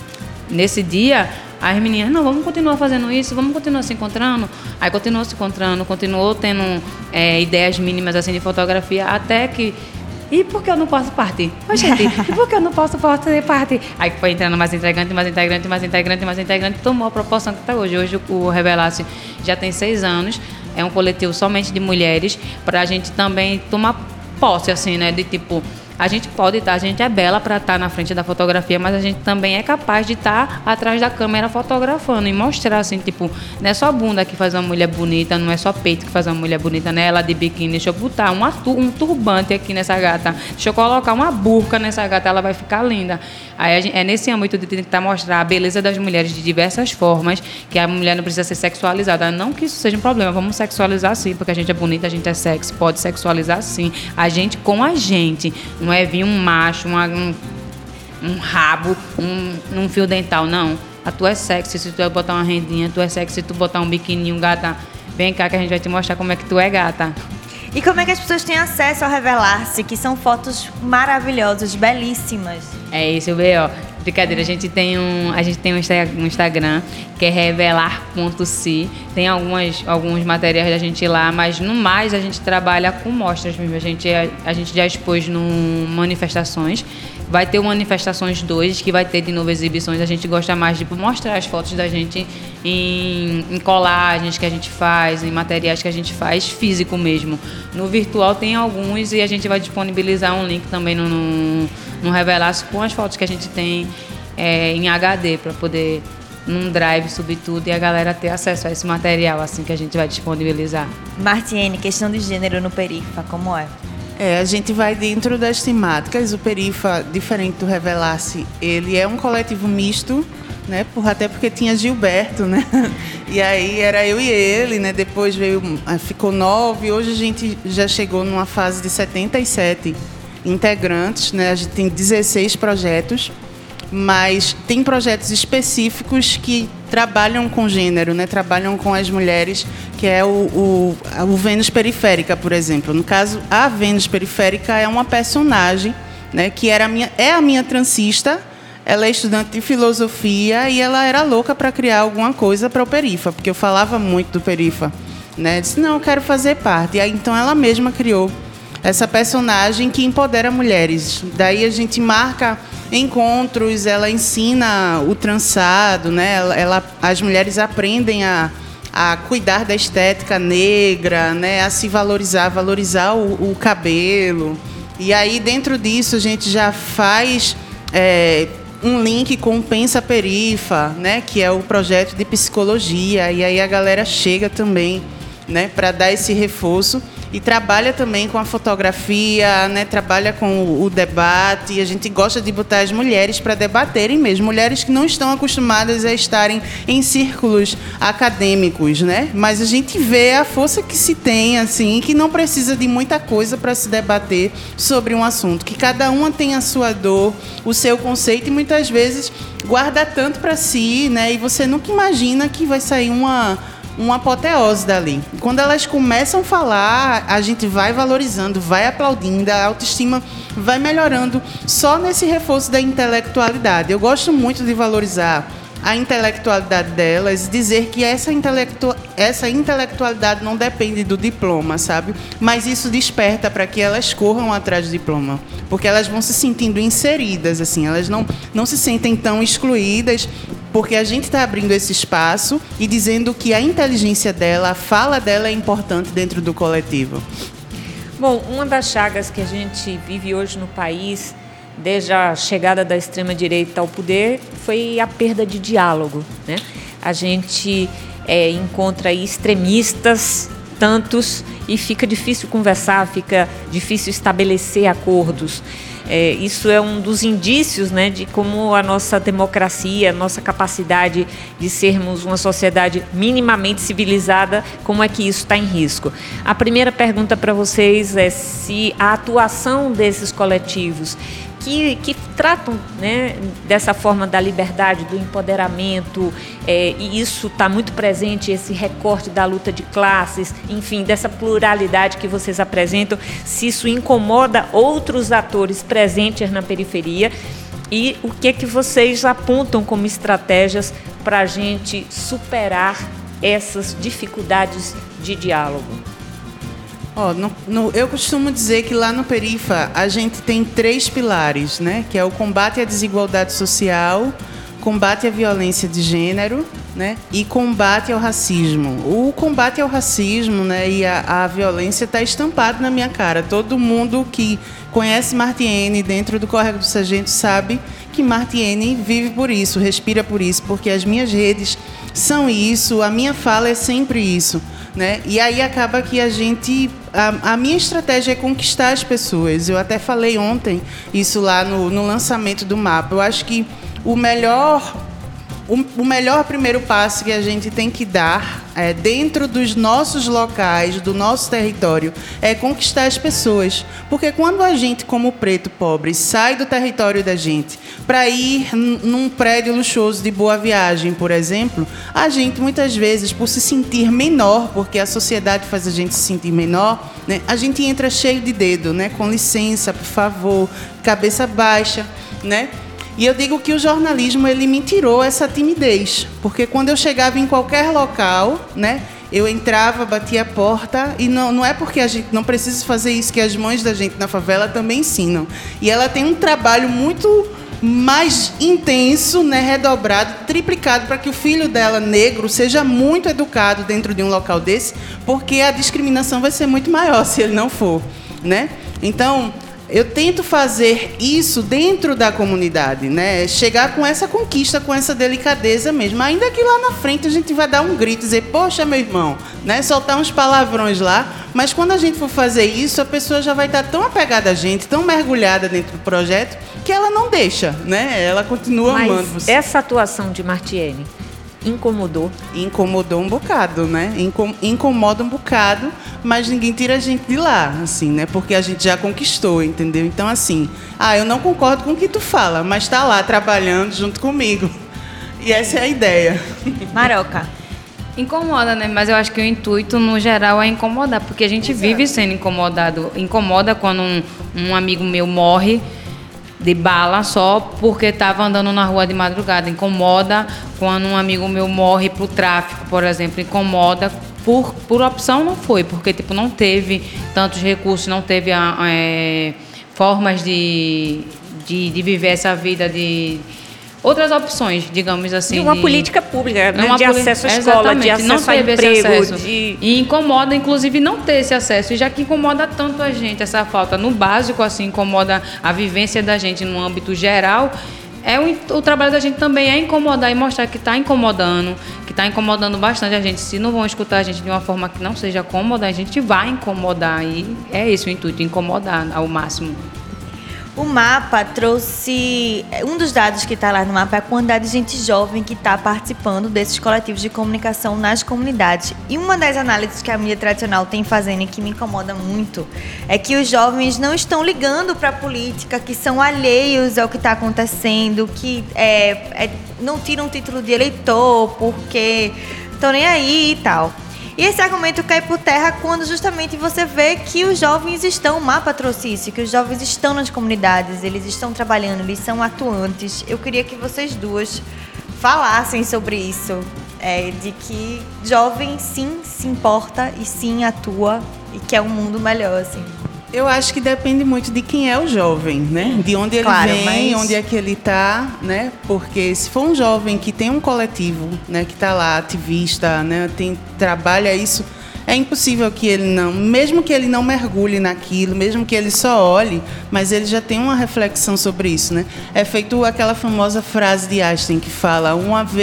nesse dia, as meninas, não, vamos continuar fazendo isso, vamos continuar se encontrando. Aí continuou se encontrando, continuou tendo ideias mínimas assim de fotografia, até que... E por que eu não posso partir? Ô, gente, e por que eu não posso fazer parte? Aí foi entrando mais integrante, tomou a proporção que está hoje. Hoje o Revelace já tem 6 anos, é um coletivo somente de mulheres, para a gente também tomar posse, assim, né, de tipo... A gente pode estar, a gente é bela para estar na frente da fotografia, mas a gente também é capaz de estar atrás da câmera fotografando e mostrar, assim, tipo, não é só bunda que faz uma mulher bonita, não é só peito que faz uma mulher bonita, né? Ela de biquíni, deixa eu botar um turbante aqui nessa gata, deixa eu colocar uma burca nessa gata, ela vai ficar linda. Aí é nesse âmbito de tentar mostrar a beleza das mulheres de diversas formas, que a mulher não precisa ser sexualizada. Não que isso seja um problema, vamos sexualizar sim, porque a gente é bonita, a gente é sexy, pode sexualizar sim. A gente com a gente. Não é vir um macho, um rabo, um fio dental, não. A tu é sexy se tu botar uma rendinha, tu é sexy se tu botar um biquininho, gata. Vem cá que a gente vai te mostrar como é que tu é, gata. E como é que as pessoas têm acesso ao Revelar-se, que são fotos maravilhosas, belíssimas? É isso, ó. Brincadeira, a gente tem um Instagram que é revelar.se. Tem alguns materiais da gente lá, mas no mais a gente trabalha com mostras mesmo. A gente já expôs no Manifestações. Vai ter o Manifestações 2, que vai ter de novo exibições. A gente gosta mais de mostrar as fotos da gente em colagens que a gente faz, em materiais que a gente faz, físico mesmo. No virtual tem alguns e a gente vai disponibilizar um link também no Revelar-se com as fotos que a gente tem em HD, para poder, num drive, subir tudo e a galera ter acesso a esse material assim que a gente vai disponibilizar. Martiene, questão de gênero no Perifa, como é? A gente vai dentro das temáticas. O Perifa, diferente do Revelar-se, ele é um coletivo misto, né? Até porque tinha Gilberto, né? E aí era eu e ele, né? Depois ficou 9, hoje a gente já chegou numa fase de 77 integrantes, né? A gente tem 16 projetos, mas tem projetos específicos que trabalham com gênero, né? Trabalham com as mulheres, que é o Vênus Periférica, por exemplo. No caso, a Vênus Periférica é uma personagem, né? Que é a minha transista. Ela é estudante de filosofia e ela era louca para criar alguma coisa para o Perifa, porque eu falava muito do Perifa, né? Disse, não, eu quero fazer parte. E aí, então, ela mesma criou essa personagem que empodera mulheres. Daí a gente marca encontros, ela ensina o trançado, né? As mulheres aprendem a cuidar da estética negra, né? A se valorizar o cabelo. E aí, dentro disso, a gente já faz um link com o Pensa Perifa, né? Que é o projeto de psicologia. E aí a galera chega também, né? Para dar esse reforço. E trabalha também com a fotografia, né? Trabalha com o debate. E a gente gosta de botar as mulheres para debaterem mesmo. Mulheres que não estão acostumadas a estarem em círculos acadêmicos, né? Mas a gente vê a força que se tem, assim, que não precisa de muita coisa para se debater sobre um assunto. Que cada uma tem a sua dor, o seu conceito, e muitas vezes guarda tanto para si, né? E você nunca imagina que vai sair uma apoteose dali. Quando elas começam a falar, a gente vai valorizando, vai aplaudindo, a autoestima vai melhorando só nesse reforço da intelectualidade. Eu gosto muito de valorizar a intelectualidade delas, dizer que essa intelectualidade não depende do diploma, sabe? Mas isso desperta para que elas corram atrás do diploma, porque elas vão se sentindo inseridas, assim, elas não se sentem tão excluídas, porque a gente está abrindo esse espaço e dizendo que a inteligência dela, a fala dela é importante dentro do coletivo. Bom, uma das chagas que a gente vive hoje no país, desde a chegada da extrema-direita ao poder, foi a perda de diálogo, né? A gente encontra aí extremistas, tantos, e fica difícil conversar, fica difícil estabelecer acordos. Isso é um dos indícios, né, de como a nossa democracia, a nossa capacidade de sermos uma sociedade minimamente civilizada, como é que isso está em risco. A primeira pergunta para vocês é se a atuação desses coletivos que tratam, né, dessa forma da liberdade, do empoderamento, e isso está muito presente, esse recorte da luta de classes, enfim, dessa pluralidade que vocês apresentam, se isso incomoda outros atores presentes na periferia E o que é que vocês apontam como estratégias para a gente superar essas dificuldades de diálogo? Eu costumo dizer que lá no Perifa a gente tem 3 pilares, né? Que é o combate à desigualdade social, combate à violência de gênero, né? E combate ao racismo. O combate ao racismo, né, e a violência está estampado na minha cara. Todo mundo que conhece Martiene dentro do Córrego do Sargento sabe que Martiene vive por isso, respira por isso, porque as minhas redes são isso, a minha fala é sempre isso, né? E aí acaba que a minha estratégia é conquistar as pessoas. Eu até falei ontem isso lá no lançamento do mapa. Eu acho que o melhor primeiro passo que a gente tem que dar dentro dos nossos locais, do nosso território, é conquistar as pessoas. Porque quando a gente, como preto pobre, sai do território da gente para ir num prédio luxuoso de Boa Viagem, por exemplo, a gente, muitas vezes, por se sentir menor, porque a sociedade faz a gente se sentir menor, né, a gente entra cheio de dedo, né, com licença, por favor, cabeça baixa, né? E eu digo que o jornalismo, ele me tirou essa timidez, porque quando eu chegava em qualquer local, né, eu entrava, batia a porta, e não é porque a gente não precisa fazer isso, que as mães da gente na favela também ensinam. E ela tem um trabalho muito mais intenso, né, redobrado, triplicado, para que o filho dela, negro, seja muito educado dentro de um local desse, porque a discriminação vai ser muito maior se ele não for, né? Então, eu tento fazer isso dentro da comunidade, né? Chegar com essa conquista, com essa delicadeza mesmo. Ainda que lá na frente a gente vai dar um grito, dizer, poxa, meu irmão, né? Soltar uns palavrões lá. Mas quando a gente for fazer isso, a pessoa já vai estar tão apegada a gente, tão mergulhada dentro do projeto, que ela não deixa, né? Ela continua amando você. Essa atuação de Martiene incomodou? Incomodou um bocado, né? Incomoda um bocado, mas ninguém tira a gente de lá, assim, né? Porque a gente já conquistou, entendeu? Então, assim, eu não concordo com o que tu fala, mas tá lá trabalhando junto comigo. E essa é a ideia. Maroca. Incomoda, né? Mas eu acho que o intuito, no geral, é incomodar, porque a gente vive sendo incomodado. Incomoda quando um amigo meu morre de bala só porque estava andando na rua de madrugada. Incomoda quando um amigo meu morre pro tráfico, por exemplo. Incomoda por opção, não foi, porque tipo, não teve tantos recursos, não teve formas de viver essa vida, de outras opções, digamos assim. De uma política pública, né? De acesso à escola, exatamente, de acesso não a teve emprego. Esse acesso. E incomoda, inclusive, não ter esse acesso. E já que incomoda tanto a gente, essa falta no básico, assim, incomoda a vivência da gente no âmbito geral, o trabalho da gente também é incomodar e mostrar que está incomodando bastante a gente. Se não vão escutar a gente de uma forma que não seja cômoda, a gente vai incomodar. E é esse o intuito, incomodar ao máximo. O mapa trouxe... Um dos dados que está lá no mapa é a quantidade de gente jovem que está participando desses coletivos de comunicação nas comunidades. E uma das análises que a mídia tradicional tem fazendo e que me incomoda muito é que os jovens não estão ligando para a política, que são alheios ao que está acontecendo, que não tiram título de eleitor porque estão nem aí e tal. E esse argumento cai por terra quando justamente você vê que os jovens estão, o mapa trouxe isso, que os jovens estão nas comunidades, eles estão trabalhando, eles são atuantes. Eu queria que vocês duas falassem sobre isso, de que jovem sim se importa e sim atua e quer um mundo melhor, assim. Eu acho que depende muito de quem é o jovem, né? De onde ele vem, onde é que ele está, né? Porque se for um jovem que tem um coletivo, né, que está lá, ativista, né, trabalha isso, é impossível que ele não, mesmo que ele não mergulhe naquilo, mesmo que ele só olhe, mas ele já tem uma reflexão sobre isso, né? É feito aquela famosa frase de Einstein que fala: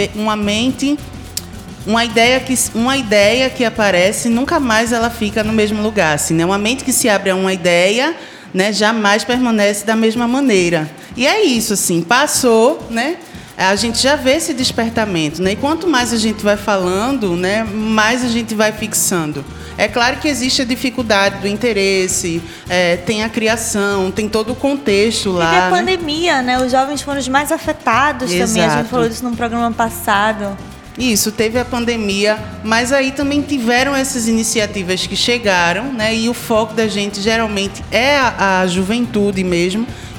uma ideia que aparece, nunca mais ela fica no mesmo lugar. Assim, né? Uma mente que se abre a uma ideia, né, jamais permanece da mesma maneira. E é isso, assim, passou, né? A gente já vê esse despertamento, né? E quanto mais a gente vai falando, né, mais a gente vai fixando. É claro que existe a dificuldade do interesse, tem a criação, tem todo o contexto lá. E a pandemia, né? Os jovens foram os mais afetados. Exato. Também. A gente falou disso num programa passado. Isso, teve a pandemia, mas aí também tiveram essas iniciativas que chegaram, né? E o foco da gente geralmente é a juventude mesmo.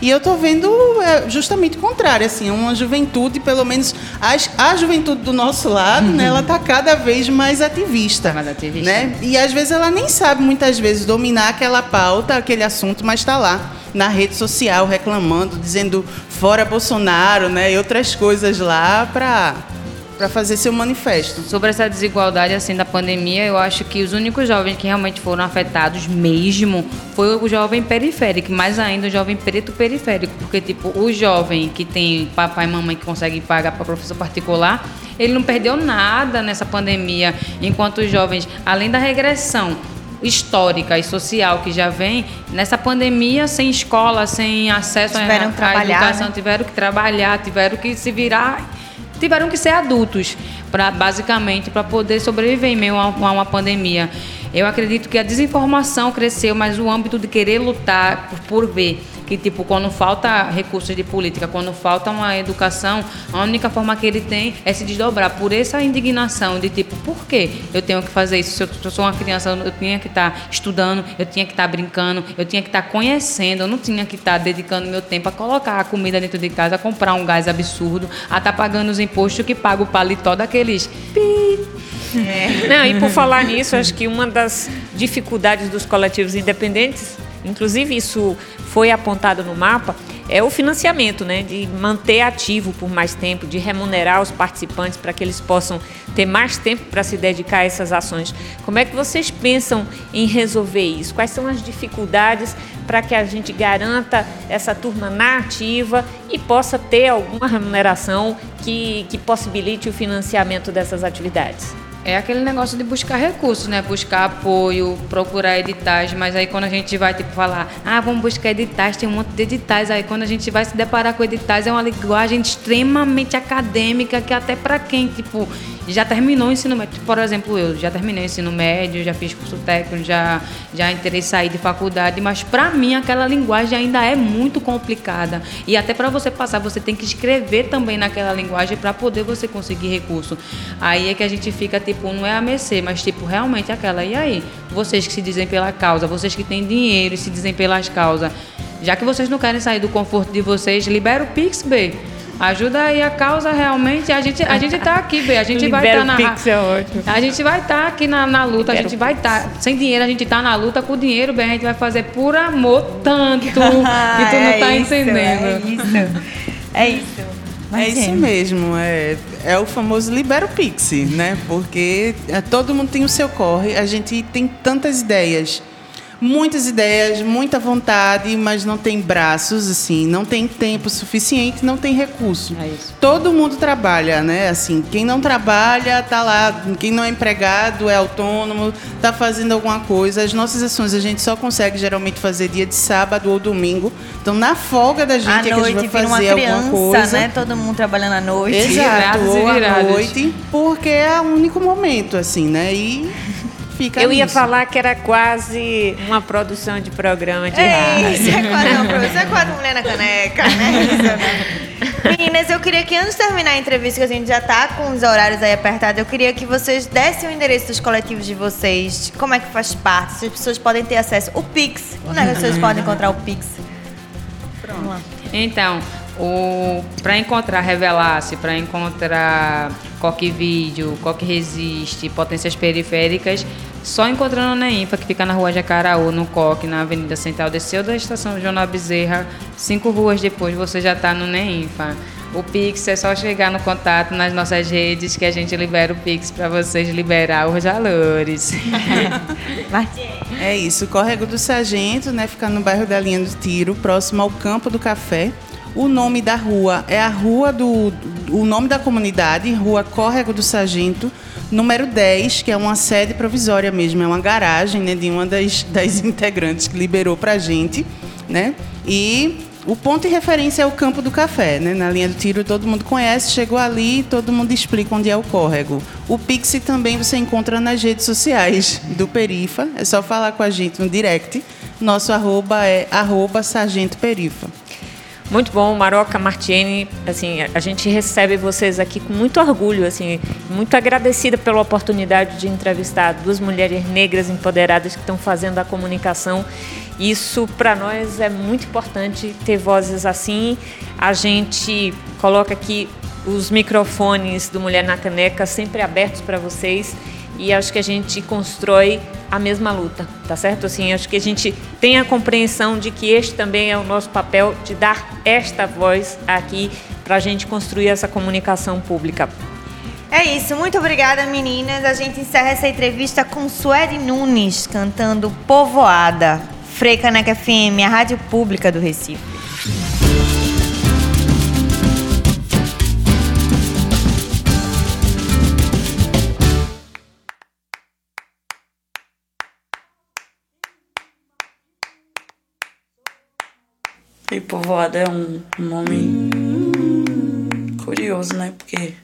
E eu estou vendo justamente o contrário, assim, uma juventude, pelo menos a juventude do nosso lado, né, ela está cada vez mais ativista. Né? E às vezes ela nem sabe, muitas vezes, dominar aquela pauta, aquele assunto, mas está lá na rede social reclamando, dizendo fora Bolsonaro, né, e outras coisas lá para fazer seu manifesto. Sobre essa desigualdade assim da pandemia, eu acho que os únicos jovens que realmente foram afetados mesmo foi o jovem periférico, mais ainda o jovem preto periférico, porque tipo, o jovem que tem papai e mamãe que consegue pagar para professor particular, ele não perdeu nada nessa pandemia, enquanto os jovens, além da regressão histórica e social que já vem, nessa pandemia, sem escola, sem acesso à educação, né? Tiveram que trabalhar, tiveram que se virar, tiveram que ser adultos, basicamente, para poder sobreviver em meio a uma pandemia. Eu acredito que a desinformação cresceu, mas o âmbito de querer lutar por ver que, tipo, quando falta recursos de política, quando falta uma educação, a única forma que ele tem é se desdobrar por essa indignação de, tipo, por que eu tenho que fazer isso? Se eu sou uma criança, eu tinha que estar estudando, eu tinha que estar brincando, eu tinha que estar conhecendo, eu não tinha que estar dedicando meu tempo a colocar a comida dentro de casa, a comprar um gás absurdo, a estar pagando os impostos que paga o paletó daqueles Não, e por falar nisso, acho que uma das dificuldades dos coletivos independentes, inclusive isso foi apontado no mapa, é o financiamento, né? De manter ativo por mais tempo, de remunerar os participantes para que eles possam ter mais tempo para se dedicar a essas ações. Como é que vocês pensam em resolver isso? Quais são as dificuldades para que a gente garanta essa turma na ativa e possa ter alguma remuneração que possibilite o financiamento dessas atividades? É aquele negócio de buscar recursos, né? Buscar apoio, procurar editais, mas aí quando a gente vai, tipo, falar, vamos buscar editais, tem um monte de editais, aí quando a gente vai se deparar com editais, é uma linguagem extremamente acadêmica, que até para quem, tipo, já terminou o ensino médio, por exemplo, eu já terminei o ensino médio, já fiz curso técnico, já entrei e saí de faculdade, mas para mim aquela linguagem ainda é muito complicada, e até para você passar, você tem que escrever também naquela linguagem para poder você conseguir recurso. Aí é que a gente fica, tipo, não é a mercê, mas tipo, realmente aquela, e aí? Vocês que se dizem pela causa, vocês que têm dinheiro e se dizem pelas causas, já que vocês não querem sair do conforto de vocês, libera o Pix, B. Ajuda aí a causa realmente. A gente tá aqui, B. A gente vai estar Pix é ótimo. A gente vai estar aqui na luta. A gente vai estar sem dinheiro, a gente tá na luta. Com dinheiro, B, a gente vai fazer por amor tanto. E tu não tá entendendo. É isso. É isso mesmo, é o famoso libera o Pix, né? Porque todo mundo tem o seu corre, a gente tem tantas ideias, muitas ideias, muita vontade, mas não tem braços, assim, não tem tempo suficiente, não tem recurso. É isso. Todo mundo trabalha, né? Assim, quem não trabalha tá lá, quem não é empregado, é autônomo, tá fazendo alguma coisa. As nossas ações a gente só consegue geralmente fazer dia de sábado ou domingo. Então, na folga da gente é que a gente vai fazer alguma coisa. Né? Todo mundo trabalhando à noite. Exato, ou à noite, porque é o único momento, assim, né? E fica Eu ia nisso. falar que era quase uma produção de programa de rádio. Isso é quase uma produção, é quase Mulher na Caneca, né? Meninas, eu queria que antes de terminar a entrevista, que a gente já tá com os horários aí apertados, eu queria que vocês dessem o endereço dos coletivos de vocês, como é que faz parte, se as pessoas podem ter acesso, o Pix, onde é que as pessoas podem encontrar o Pix? Vamos lá. Então, para encontrar Revelace, para encontrar Coque Vídeo, Coque Resiste, Potências Periféricas, só encontrando o NEINFA, que fica na rua Jacaraú, no Coque, na Avenida Central. Desceu da estação João Bezerra, 5 ruas depois você já está no NEINFA. O Pix é só chegar no contato nas nossas redes que a gente libera o Pix para vocês liberar os valores. É isso, o Córrego do Sargento, né? Fica no bairro da Linha do Tiro, próximo ao Campo do Café. O nome da rua é o nome da comunidade, Rua Córrego do Sargento, número 10, que é uma sede provisória mesmo, é uma garagem, né, de uma das integrantes que liberou pra gente, né? E o ponto de referência é o Campo do Café, né? Na Linha do Tiro todo mundo conhece, chegou ali, todo mundo explica onde é o córrego. O Pix também você encontra nas redes sociais do Perifa, é só falar com a gente no direct. Nosso arroba é @sargentoperifa. Muito bom, Maroca, Martiene, assim, a gente recebe vocês aqui com muito orgulho, assim, muito agradecida pela oportunidade de entrevistar duas mulheres negras empoderadas que estão fazendo a comunicação. Isso, para nós, é muito importante ter vozes assim. A gente coloca aqui os microfones do Mulher na Caneca sempre abertos para vocês e acho que a gente constrói a mesma luta, tá certo? Assim, acho que a gente tem a compreensão de que este também é o nosso papel de dar esta voz aqui para a gente construir essa comunicação pública. É isso, muito obrigada, meninas. A gente encerra essa entrevista com Suede Nunes cantando Povoada. Frecaneca FM, a rádio pública do Recife. E Povoada é um nome curioso, né? Porque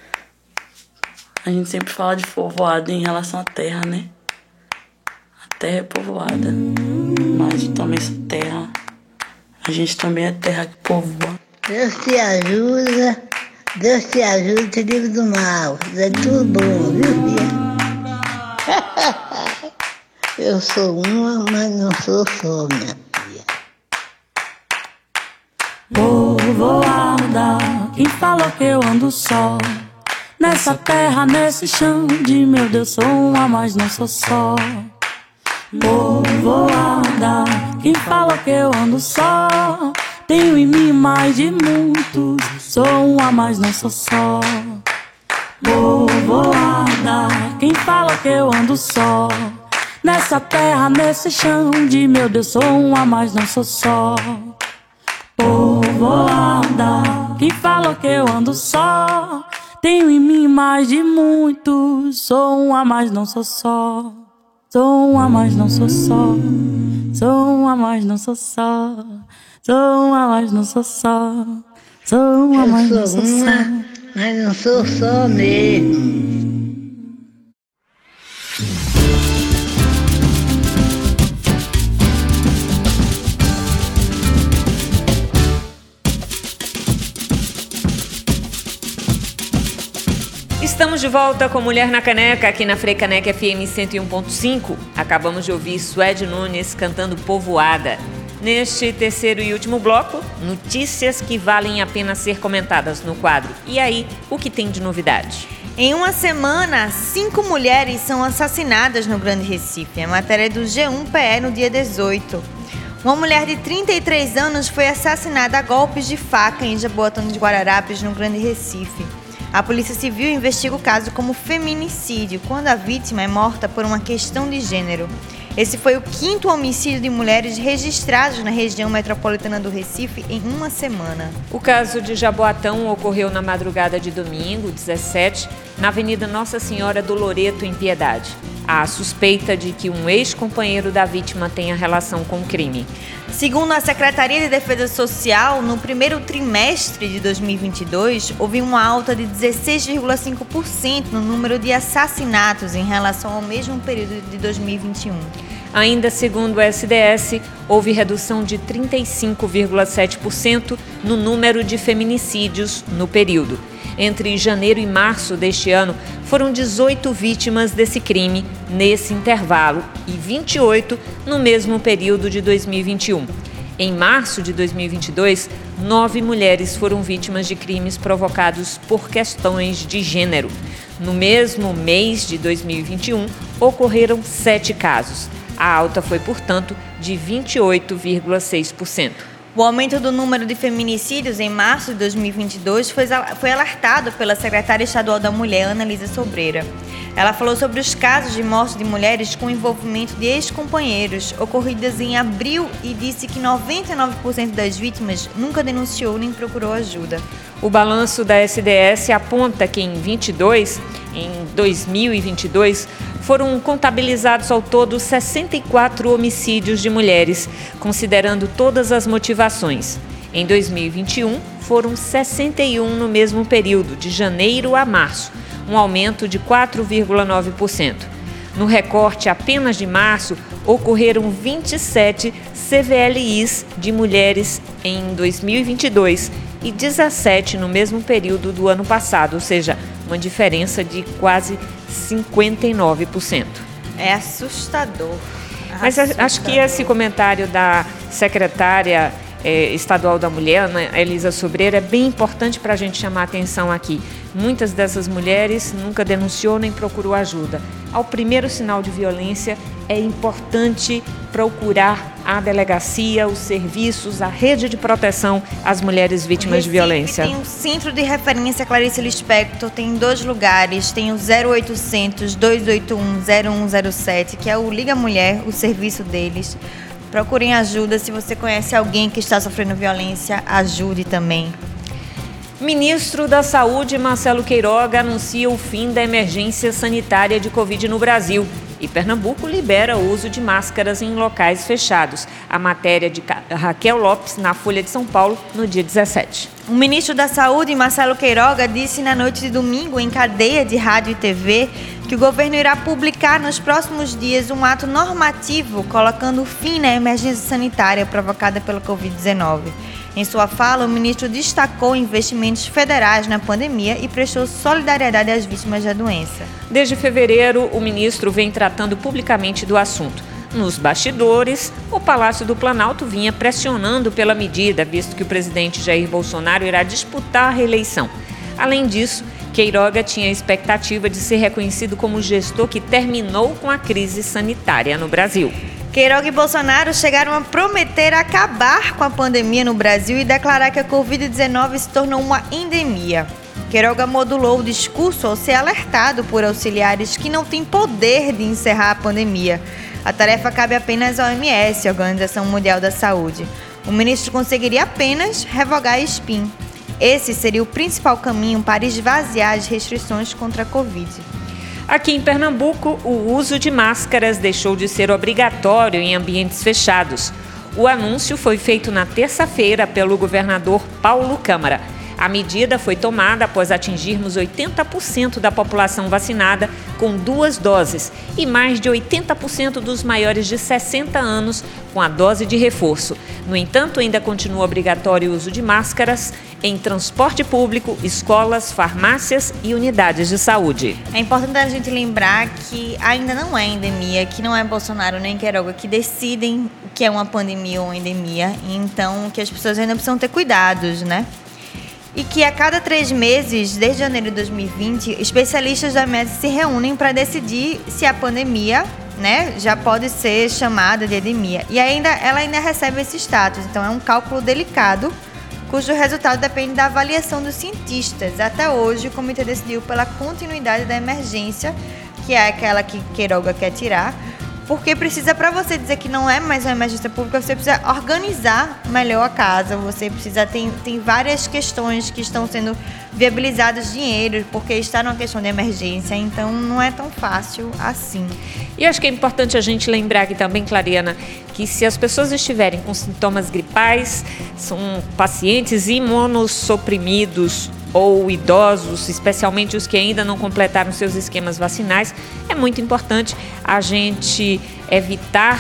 a gente sempre fala de povoada em relação à terra, né? A terra é povoada, mas também essa terra, a gente também é terra que povoa. Deus te ajuda, te livre do mal. É tudo bom, viu, filha? Eu sou uma, mas não sou só, minha filha. Povoada, quem falou que eu ando só? Nessa terra, nesse chão de meu Deus, sou uma, mas não sou só. Povoada, quem falou que eu ando só? Tenho em mim mais de muitos, sou uma, mas não sou só. Povoada, quem falou que eu ando só? Nessa terra, nesse chão de meu Deus, sou uma, mas não sou só. Povoada, quem falou que eu ando só? Tenho em mim mais de muitos, sou uma, mas não sou só. Sou uma, mas não sou só. Sou uma, mas não sou só. Sou uma, mas não sou só. Sou uma, mas não sou só. Mas não sou só mesmo. Estamos de volta com Mulher na Caneca, aqui na Frecaneca FM 101.5. Acabamos de ouvir Suede Nunes cantando Povoada. Neste terceiro e último bloco, notícias que valem a pena ser comentadas no quadro. E aí, o que tem de novidade? Em uma semana, 5 mulheres são assassinadas no Grande Recife. A matéria é do G1-PE no dia 18. Uma mulher de 33 anos foi assassinada a golpes de faca em Jaboatão dos Guararapes, no Grande Recife. A Polícia Civil investiga o caso como feminicídio, quando a vítima é morta por uma questão de gênero. Esse foi o 5º homicídio de mulheres registrados na região metropolitana do Recife em uma semana. O caso de Jaboatão ocorreu na madrugada de domingo, 17, na Avenida Nossa Senhora do Loreto, em Piedade. Há suspeita de que um ex-companheiro da vítima tenha relação com o crime. Segundo a Secretaria de Defesa Social, no primeiro trimestre de 2022, houve uma alta de 16,5% no número de assassinatos em relação ao mesmo período de 2021. Ainda segundo o SDS, houve redução de 35,7% no número de feminicídios no período. Entre janeiro e março deste ano, foram 18 vítimas desse crime nesse intervalo e 28 no mesmo período de 2021. Em março de 2022, 9 mulheres foram vítimas de crimes provocados por questões de gênero. No mesmo mês de 2021, ocorreram 7 casos. A alta foi, portanto, de 28,6%. O aumento do número de feminicídios em março de 2022 foi alertado pela secretária estadual da Mulher, Analisa Sobreira. Ela falou sobre os casos de morte de mulheres com envolvimento de ex-companheiros ocorridas em abril e disse que 99% das vítimas nunca denunciou nem procurou ajuda. O balanço da SDS aponta que em 2022, foram contabilizados ao todo 64 homicídios de mulheres, considerando todas as motivações. Em 2021, foram 61 no mesmo período, de janeiro a março, um aumento de 4,9%. No recorte apenas de março, ocorreram 27 CVLIs de mulheres em 2022 e 17 no mesmo período do ano passado, ou seja, uma diferença de quase 59%. É assustador. Mas acho que esse comentário da secretária estadual da mulher, né, Elisa Sobreira, é bem importante para a gente chamar a atenção aqui. Muitas dessas mulheres nunca denunciou nem procurou ajuda. Ao primeiro sinal de violência, é importante procurar a delegacia, os serviços, a rede de proteção às mulheres vítimas de violência. Tem um centro de referência Clarice Lispector, tem em 2 lugares, tem o 0800 281 0107, que é o Liga Mulher, o serviço deles. Procurem ajuda, se você conhece alguém que está sofrendo violência, ajude também. Ministro da Saúde, Marcelo Queiroga, anuncia o fim da emergência sanitária de Covid no Brasil. E Pernambuco libera o uso de máscaras em locais fechados. A matéria de Raquel Lopes, na Folha de São Paulo, no dia 17. O ministro da Saúde, Marcelo Queiroga, disse na noite de domingo, em cadeia de rádio e TV, que o governo irá publicar nos próximos dias um ato normativo colocando fim na emergência sanitária provocada pela Covid-19. Em sua fala, o ministro destacou investimentos federais na pandemia e prestou solidariedade às vítimas da doença. Desde fevereiro, o ministro vem tratando publicamente do assunto. Nos bastidores, o Palácio do Planalto vinha pressionando pela medida, visto que o presidente Jair Bolsonaro irá disputar a reeleição. Além disso, Queiroga tinha a expectativa de ser reconhecido como o gestor que terminou com a crise sanitária no Brasil. Queiroga e Bolsonaro chegaram a prometer acabar com a pandemia no Brasil e declarar que a Covid-19 se tornou uma endemia. Queiroga modulou o discurso ao ser alertado por auxiliares que não têm poder de encerrar a pandemia. A tarefa cabe apenas à OMS, Organização Mundial da Saúde. O ministro conseguiria apenas revogar a SPIN. Esse seria o principal caminho para esvaziar as restrições contra a Covid. Aqui em Pernambuco, o uso de máscaras deixou de ser obrigatório em ambientes fechados. O anúncio foi feito na terça-feira pelo governador Paulo Câmara. A medida foi tomada após atingirmos 80% da população vacinada com 2 doses e mais de 80% dos maiores de 60 anos com a dose de reforço. No entanto, ainda continua obrigatório o uso de máscaras em transporte público, escolas, farmácias e unidades de saúde. É importante a gente lembrar que ainda não é endemia, que não é Bolsonaro nem Queiroga que decidem o que é uma pandemia ou uma endemia, então que as pessoas ainda precisam ter cuidados, né? E que a cada 3 meses, desde janeiro de 2020, especialistas da OMS se reúnem para decidir se a pandemia, né, já pode ser chamada de endemia. E ela ainda recebe esse status, então é um cálculo delicado, cujo resultado depende da avaliação dos cientistas. Até hoje, o comitê decidiu pela continuidade da emergência, que é aquela que Queiroga quer tirar, porque precisa, para você dizer que não é mais uma emergência pública, você precisa organizar melhor a casa, você precisa, tem várias questões que estão sendo viabilizadas, dinheiro, porque está numa questão de emergência, então não é tão fácil assim. E acho que é importante a gente lembrar aqui também, Clariana, que se as pessoas estiverem com sintomas gripais, são pacientes imunossuprimidos ou idosos, especialmente os que ainda não completaram seus esquemas vacinais, é muito importante a gente evitar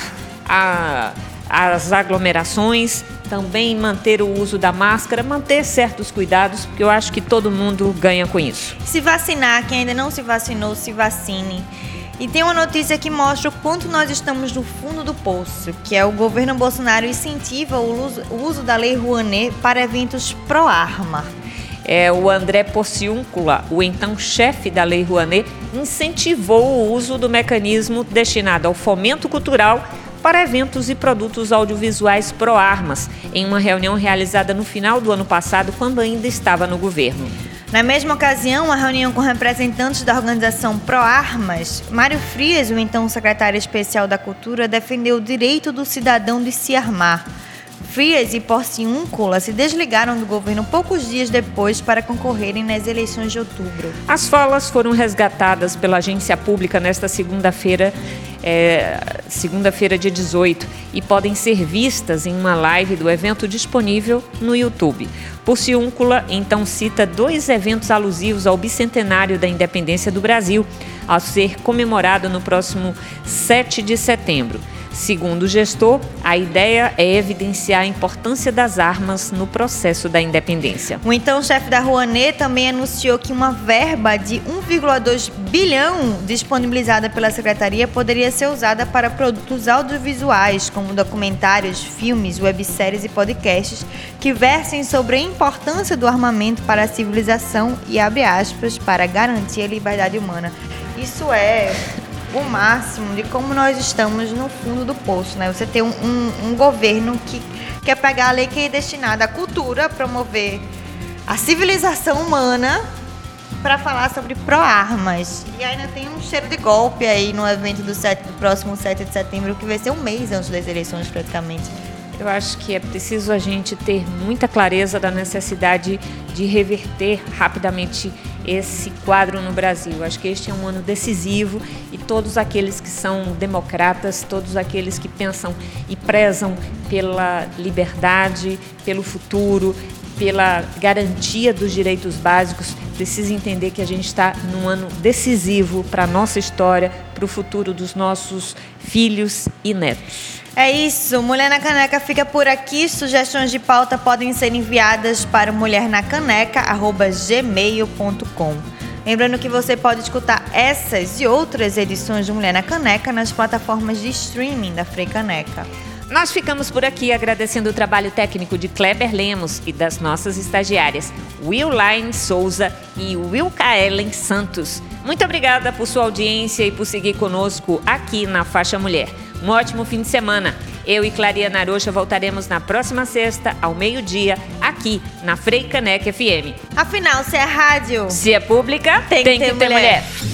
as aglomerações, também manter o uso da máscara, manter certos cuidados, porque eu acho que todo mundo ganha com isso. Se vacinar, quem ainda não se vacinou, se vacine. E tem uma notícia que mostra o quanto nós estamos no fundo do poço, que é o governo Bolsonaro incentiva o uso da Lei Rouanet para eventos pró-arma. O André Porciúncula, o então chefe da Lei Rouanet, incentivou o uso do mecanismo destinado ao fomento cultural para eventos e produtos audiovisuais pró-armas, em uma reunião realizada no final do ano passado, quando ainda estava no governo. Na mesma ocasião, uma reunião com representantes da organização Pró-Armas, Mário Frias, o então secretário especial da Cultura, defendeu o direito do cidadão de se armar. Frias e Porciúncula se desligaram do governo poucos dias depois para concorrerem nas eleições de outubro. As falas foram resgatadas pela agência pública nesta segunda-feira, dia 18, e podem ser vistas em uma live do evento disponível no YouTube. Porciúncula então cita 2 eventos alusivos ao bicentenário da independência do Brasil, a ser comemorado no próximo 7 de setembro. Segundo o gestor, a ideia é evidenciar a importância das armas no processo da independência. O então chefe da Rouanet também anunciou que uma verba de 1,2 bilhão disponibilizada pela Secretaria poderia ser usada para produtos audiovisuais, como documentários, filmes, webséries e podcasts, que versem sobre a importância do armamento para a civilização e, abre aspas, para garantir a liberdade humana. Isso é o máximo de como nós estamos no fundo do poço, né? Você tem um governo que quer pegar a lei que é destinada à cultura, promover a civilização humana, para falar sobre pró-armas. E ainda tem um cheiro de golpe aí no evento do próximo 7 de setembro, que vai ser um mês antes das eleições praticamente. Eu acho que é preciso a gente ter muita clareza da necessidade de reverter rapidamente esse quadro no Brasil. Eu acho que este é um ano decisivo e todos aqueles que são democratas, todos aqueles que pensam e prezam pela liberdade, pelo futuro, pela garantia dos direitos básicos, precisam entender que a gente está num ano decisivo para a nossa história, para o futuro dos nossos filhos e netos. É isso, Mulher na Caneca fica por aqui. Sugestões de pauta podem ser enviadas para mulhernacaneca@gmail.com. Lembrando que você pode escutar essas e outras edições de Mulher na Caneca nas plataformas de streaming da Freicaneca. Nós ficamos por aqui agradecendo o trabalho técnico de Kleber Lemos e das nossas estagiárias Willine Souza e Wilka Ellen Santos. Muito obrigada por sua audiência e por seguir conosco aqui na Faixa Mulher. Um ótimo fim de semana. Eu e Clariana Arocha voltaremos na próxima sexta, ao meio-dia, aqui na Freicaneca FM. Afinal, se é rádio, se é pública, tem que ter mulher.